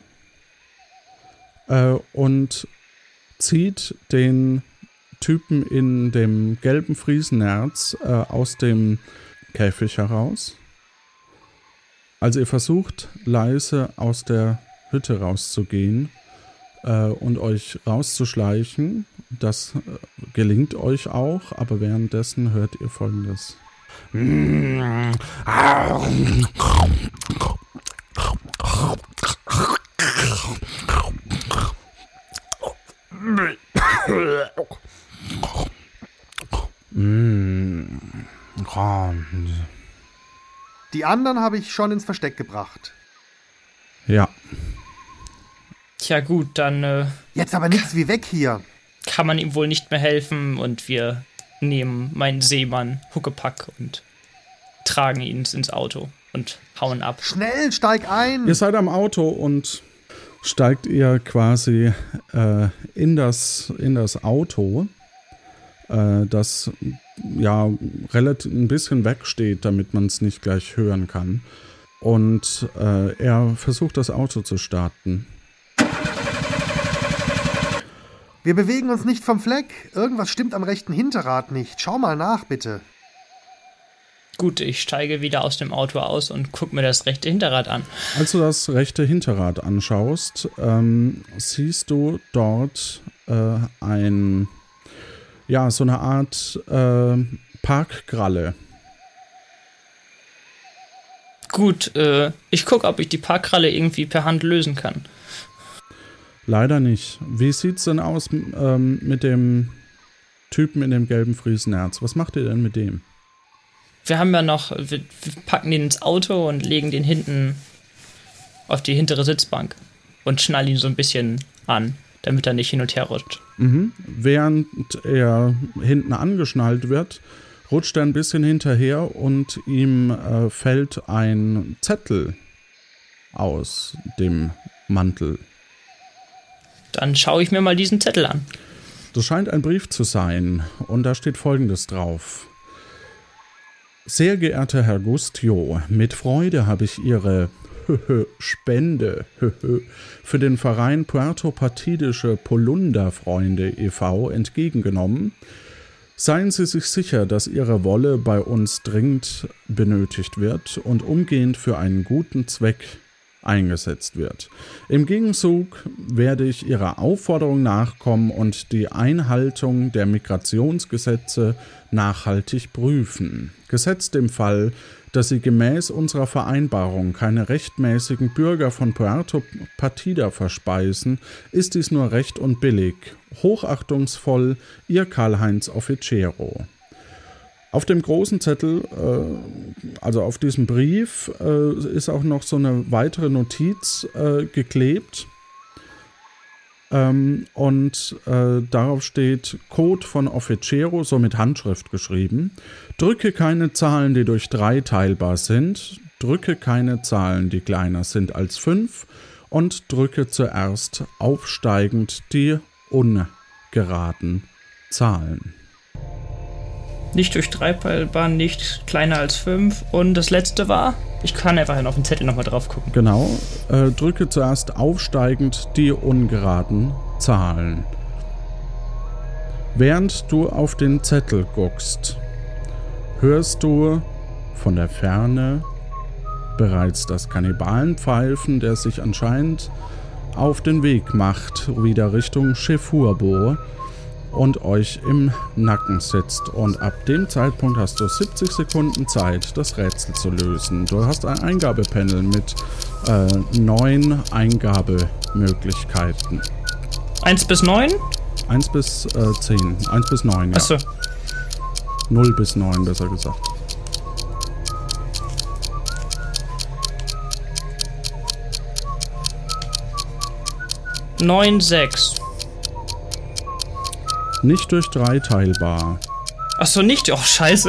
A: äh, und zieht den Typen in dem gelben Friesenerz äh, aus dem Käfig heraus. Also ihr versucht leise aus der Hütte rauszugehen äh, und euch rauszuschleichen. Das äh, gelingt euch auch, aber währenddessen hört ihr Folgendes. Ron.
I: Die anderen habe ich schon ins Versteck gebracht.
A: Ja.
B: Tja gut, dann äh,
I: Jetzt aber nichts wie weg hier.
B: kann man ihm wohl nicht mehr helfen und wir nehmen meinen Seemann Huckepack und tragen ihn ins Auto und hauen ab.
I: Schnell, steig ein!
A: Ihr seid am Auto und steigt ihr quasi äh, in, das, in das Auto, äh, das ja relativ ein bisschen wegsteht, damit man es nicht gleich hören kann. Und äh, er versucht, das Auto zu starten.
I: Wir bewegen uns nicht vom Fleck. Irgendwas stimmt am rechten Hinterrad nicht. Schau mal nach, bitte.
B: Gut, ich steige wieder aus dem Auto aus und guck mir das rechte Hinterrad an.
A: Als du das rechte Hinterrad anschaust, ähm, siehst du dort äh, ein, ja, so eine Art äh, Parkkralle.
B: Gut, äh, ich gucke, ob ich die Parkkralle irgendwie per Hand lösen kann.
A: Leider nicht. Wie sieht's denn aus ähm, mit dem Typen in dem gelben Friesenerz? Was macht ihr denn mit dem?
B: Wir haben ja noch, wir, wir packen den ins Auto und legen den hinten auf die hintere Sitzbank und schnallen ihn so ein bisschen an, damit er nicht hin und her rutscht.
A: Mhm. Während er hinten angeschnallt wird, rutscht er ein bisschen hinterher und ihm äh, fällt ein Zettel aus dem Mantel.
B: Dann schaue ich mir mal diesen Zettel an.
A: Das scheint ein Brief zu sein und da steht Folgendes drauf. Sehr geehrter Herr Gustio, mit Freude habe ich Ihre Spende für den Verein Puerto Partidische Polunder-Freunde e V entgegengenommen. Seien Sie sich sicher, dass Ihre Wolle bei uns dringend benötigt wird und umgehend für einen guten Zweck eingesetzt wird. Im Gegenzug werde ich Ihrer Aufforderung nachkommen und die Einhaltung der Migrationsgesetze nachhaltig prüfen. Gesetzt im Fall, dass Sie gemäß unserer Vereinbarung keine rechtmäßigen Bürger von Puerto Partida verspeisen, ist dies nur recht und billig. Hochachtungsvoll, Ihr Karl-Heinz Officiero. Auf dem großen Zettel, äh, also auf diesem Brief, äh, ist auch noch so eine weitere Notiz äh, geklebt. Ähm, und äh, darauf steht Code von Officiero, so mit Handschrift geschrieben. Drücke keine Zahlen, die durch drei teilbar sind. Drücke keine Zahlen, die kleiner sind als fünf. Und drücke zuerst aufsteigend die ungeraden Zahlen.
B: Nicht durch drei teilbar, nicht kleiner als fünf. Und das letzte war, ich kann einfach auf den Zettel nochmal drauf gucken.
A: Genau, äh, drücke zuerst aufsteigend die ungeraden Zahlen. Während du auf den Zettel guckst, hörst du von der Ferne bereits das Kannibalenpfeifen, der sich anscheinend auf den Weg macht, wieder Richtung Chefurbo und euch im Nacken sitzt. Und ab dem Zeitpunkt hast du siebzig Sekunden Zeit, das Rätsel zu lösen. Du hast ein Eingabepanel mit äh, neun Eingabemöglichkeiten.
B: Eins bis neun?
A: Eins bis äh, zehn. Eins bis neun, ja.
B: Achso.
A: Null bis neun, besser gesagt.
B: Neun, sechs.
A: Nicht durch drei teilbar.
B: Achso, nicht? Oh, scheiße.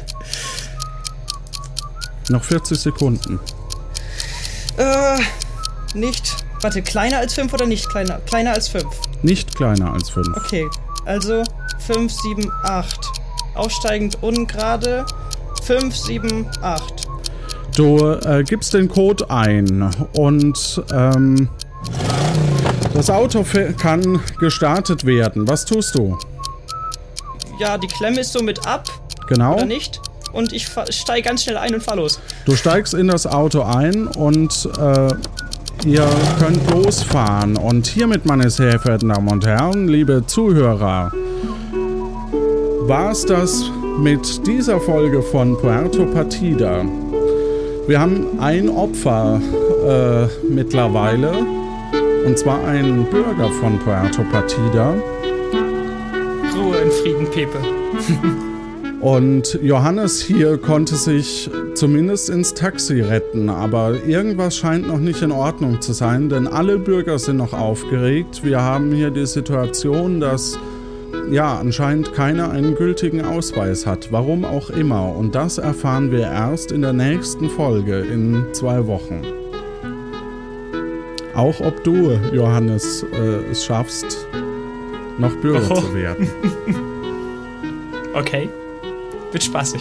A: Noch vierzig Sekunden.
B: Äh, nicht. Warte, kleiner als fünf oder nicht kleiner? Kleiner als fünf.
A: Nicht kleiner als fünf.
B: Okay, also fünf, sieben, acht. Aufsteigend ungerade. fünf, sieben, acht.
A: Du äh, gibst den Code ein und ähm, das Auto kann gestartet werden. Was tust du?
B: Ja, die Klemme ist somit ab.
A: Genau.
B: Oder nicht? Und ich steige ganz schnell ein und fahr los.
A: Du steigst in das Auto ein und äh, ihr könnt losfahren. Und hiermit, meine sehr verehrten Damen und Herren, liebe Zuhörer, war's das mit dieser Folge von Puerto Partida. Wir haben ein Opfer äh, mittlerweile. Und zwar ein Bürger von Puerto Partida.
B: Ruhe in Frieden, Pepe.
A: Und Johannes hier konnte sich zumindest ins Taxi retten, aber irgendwas scheint noch nicht in Ordnung zu sein, denn alle Bürger sind noch aufgeregt. Wir haben hier die Situation, dass ja anscheinend keiner einen gültigen Ausweis hat, warum auch immer. Und das erfahren wir erst in der nächsten Folge in zwei Wochen. Auch ob du, Johannes, äh, es schaffst, noch Bürger oh. zu werden.
B: Okay. Wird spaßig.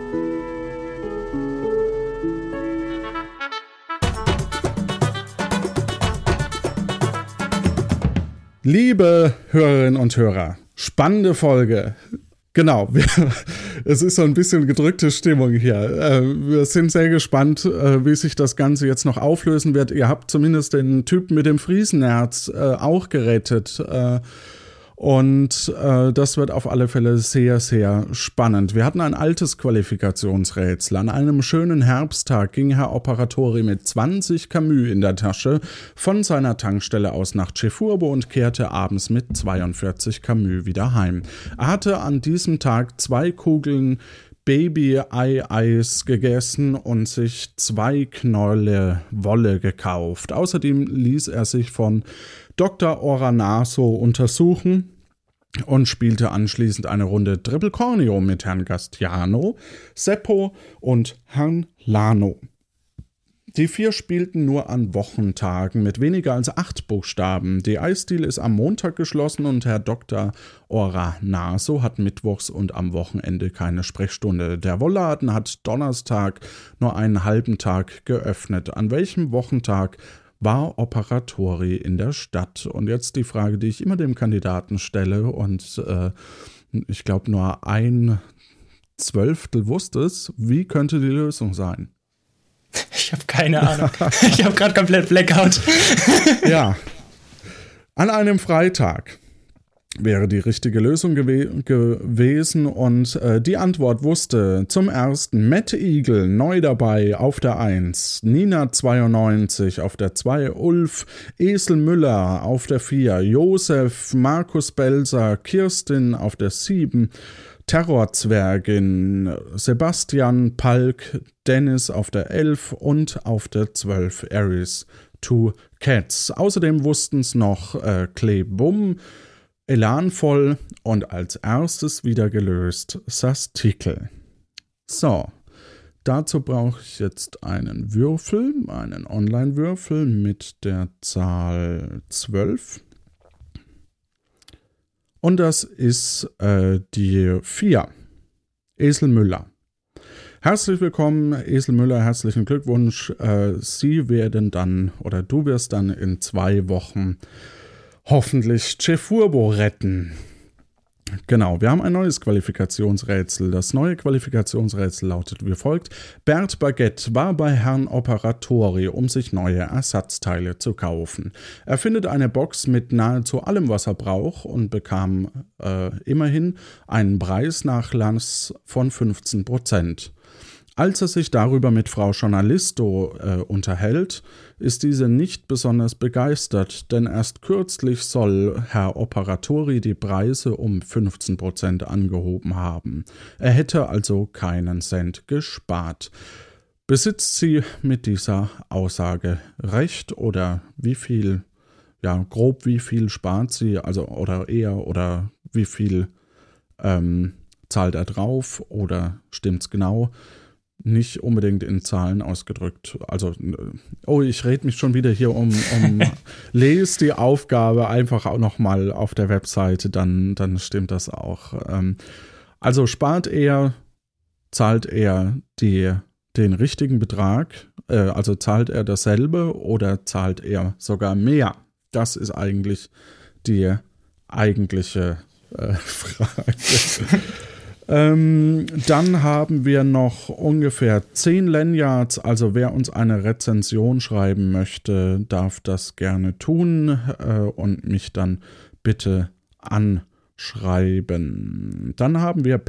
A: Liebe Hörerinnen und Hörer, spannende Folge. Genau, wir, es ist so ein bisschen gedrückte Stimmung hier. Äh, wir sind sehr gespannt, äh, wie sich das Ganze jetzt noch auflösen wird. Ihr habt zumindest den Typen mit dem Friesenherz äh, auch gerettet. Äh, Und äh, das wird auf alle Fälle sehr, sehr spannend. Wir hatten ein altes Qualifikationsrätsel. An einem schönen Herbsttag ging Herr Operatori mit zwanzig Camus in der Tasche von seiner Tankstelle aus nach Cefurbo und kehrte abends mit zweiundvierzig Camus wieder heim. Er hatte an diesem Tag zwei Kugeln Baby-Ei-Eis gegessen und sich zwei Knäule Wolle gekauft. Außerdem ließ er sich von Doktor Oranaso untersuchen und spielte anschließend eine Runde Triple Corneo mit Herrn Gastiano, Seppo und Herrn Lano. Die vier spielten nur an Wochentagen mit weniger als acht Buchstaben. Die Eisdiele ist am Montag geschlossen und Herr Doktor Oranaso hat mittwochs und am Wochenende keine Sprechstunde. Der Wollladen hat Donnerstag nur einen halben Tag geöffnet. An welchem Wochentag war Operatori in der Stadt? Und jetzt die Frage, die ich immer dem Kandidaten stelle und äh, ich glaube nur ein Zwölftel wusste es. Wie könnte die Lösung sein?
B: Ich habe keine Ahnung. Ich habe gerade komplett Blackout.
A: Ja. An einem Freitag wäre die richtige Lösung gew- gewesen und äh, die Antwort wusste zum ersten Matt Eagle, neu dabei auf der eins, Nina zweiundneunzig auf der zwei, Ulf, Esel Müller auf der vier, Josef, Markus Belser, Kirstin auf der sieben, Terrorzwergin, Sebastian, Palk, Dennis auf der elf und auf der zwölf Aries Two Cats. Außerdem wussten es noch äh, Klebum, Elanvoll und als erstes wieder gelöst Sastikel. So, dazu brauche ich jetzt einen Würfel, einen Online-Würfel mit der Zahl zwölf. Und das ist äh, die vier. Esel Müller. Herzlich willkommen, Esel Müller, herzlichen Glückwunsch. Äh, Sie werden dann, oder du wirst dann in zwei Wochen hoffentlich Cefurbo retten. Genau, wir haben ein neues Qualifikationsrätsel. Das neue Qualifikationsrätsel lautet wie folgt. Bert Baguette war bei Herrn Operatori, um sich neue Ersatzteile zu kaufen. Er findet eine Box mit nahezu allem, was er braucht und bekam äh, immerhin einen Preisnachlass von fünfzehn Prozent. Als er sich darüber mit Frau Journalisto äh, unterhält, ist diese nicht besonders begeistert, denn erst kürzlich soll Herr Operatori die Preise um fünfzehn Prozent angehoben haben. Er hätte also keinen Cent gespart. Besitzt sie mit dieser Aussage recht oder wie viel, ja grob wie viel spart sie, also oder eher oder wie viel ähm, zahlt er drauf oder stimmt's genau? Nicht unbedingt in Zahlen ausgedrückt. Also, oh, ich rede mich schon wieder hier um, um lese die Aufgabe einfach auch nochmal auf der Webseite, dann, dann stimmt das auch. Ähm, also spart er, zahlt er die, den richtigen Betrag, äh, also zahlt er dasselbe oder zahlt er sogar mehr? Das ist eigentlich die eigentliche äh, Frage. Ähm, dann haben wir noch ungefähr zehn Lanyards, also wer uns eine Rezension schreiben möchte, darf das gerne tun äh, und mich dann bitte anschreiben. Dann haben wir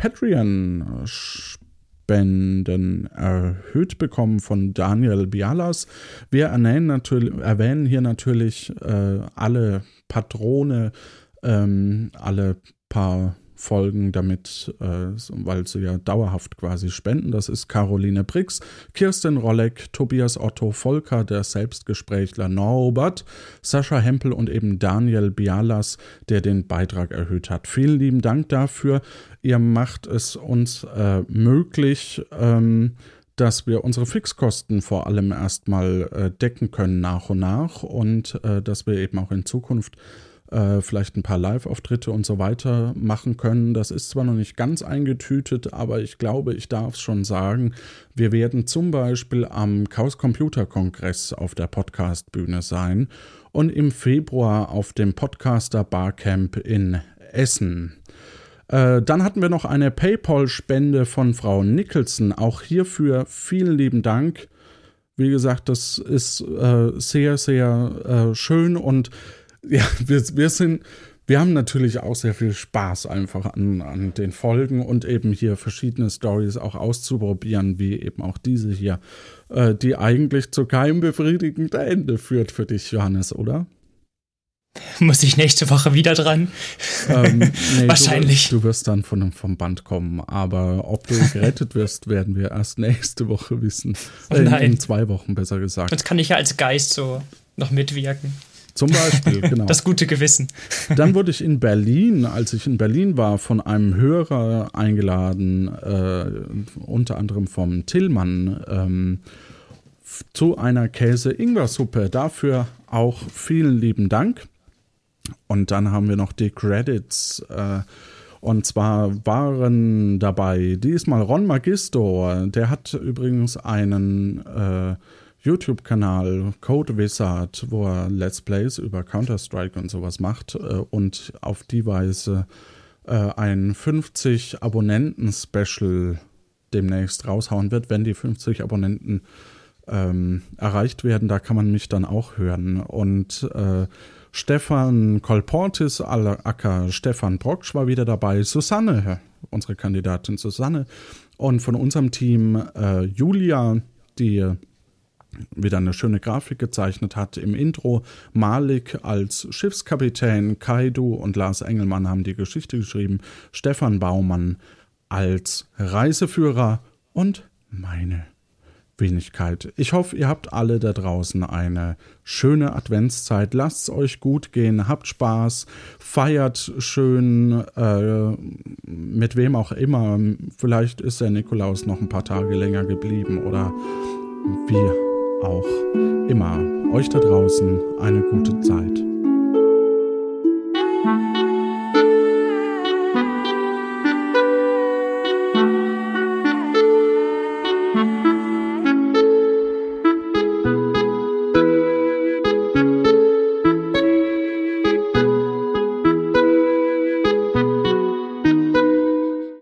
A: Patreon-Spenden erhöht bekommen von Daniel Bialas. Wir erwähnen, natürlich, erwähnen hier natürlich äh, alle Patrone, ähm, alle paar folgen, damit, äh, weil sie ja dauerhaft quasi spenden. Das ist Caroline Brix, Kirsten Rolleck, Tobias Otto, Volker, der Selbstgesprächler Norbert, Sascha Hempel und eben Daniel Bialas, der den Beitrag erhöht hat. Vielen lieben Dank dafür. Ihr macht es uns äh, möglich, ähm, dass wir unsere Fixkosten vor allem erstmal äh, decken können nach und nach und äh, dass wir eben auch in Zukunft äh, vielleicht ein paar Live-Auftritte und so weiter machen können. Das ist zwar noch nicht ganz eingetütet, aber ich glaube, ich darf es schon sagen, wir werden zum Beispiel am Chaos Computer Kongress auf der Podcast-Bühne sein und im Februar auf dem Podcaster Barcamp in Essen. Äh, dann hatten wir noch eine PayPal-Spende von Frau Nicholson. Auch hierfür vielen lieben Dank. Wie gesagt, das ist äh, sehr, sehr äh, schön und ja, wir, wir sind, wir haben natürlich auch sehr viel Spaß einfach an, an den Folgen und eben hier verschiedene Stories auch auszuprobieren, wie eben auch diese hier, äh, die eigentlich zu keinem befriedigenden Ende führt für dich, Johannes, oder?
B: Muss ich nächste Woche wieder dran?
A: Ähm, nee,
B: Wahrscheinlich.
A: Du, du wirst dann von, vom Band kommen, aber ob du gerettet wirst, werden wir erst nächste Woche wissen.
B: Oh
A: äh, in,
B: nein.
A: in zwei Wochen, besser gesagt.
B: Sonst kann ich ja als Geist so noch mitwirken.
A: Zum Beispiel, genau.
B: Das gute Gewissen.
A: Dann wurde ich in Berlin, als ich in Berlin war, von einem Hörer eingeladen, äh, unter anderem vom Tillmann, ähm, zu einer Käse-Ingwer-Suppe. Dafür auch vielen lieben Dank. Und dann haben wir noch die Credits. Äh, und zwar waren dabei diesmal Ron Magisto. Der hat übrigens einen äh, YouTube-Kanal, Code Wizard, wo er Let's Plays über Counter-Strike und sowas macht. Äh, und auf die Weise äh, ein fünfzig Abonnenten-Special demnächst raushauen wird, wenn die fünfzig Abonnenten ähm, erreicht werden. Da kann man mich dann auch hören. Und äh, Stefan Kolportis, aka Stefan Brocksch war wieder dabei, Susanne, unsere Kandidatin Susanne und von unserem Team äh, Julia, die wieder eine schöne Grafik gezeichnet hat im Intro, Malik als Schiffskapitän, Kaidu und Lars Engelmann haben die Geschichte geschrieben, Stefan Baumann als Reiseführer und meine Wenigkeit. Ich hoffe, ihr habt alle da draußen eine schöne Adventszeit. Lasst es euch gut gehen, habt Spaß, feiert schön, äh, mit wem auch immer. Vielleicht ist der Nikolaus noch ein paar Tage länger geblieben oder wie auch immer. Euch da draußen eine gute Zeit.
J: Thank you.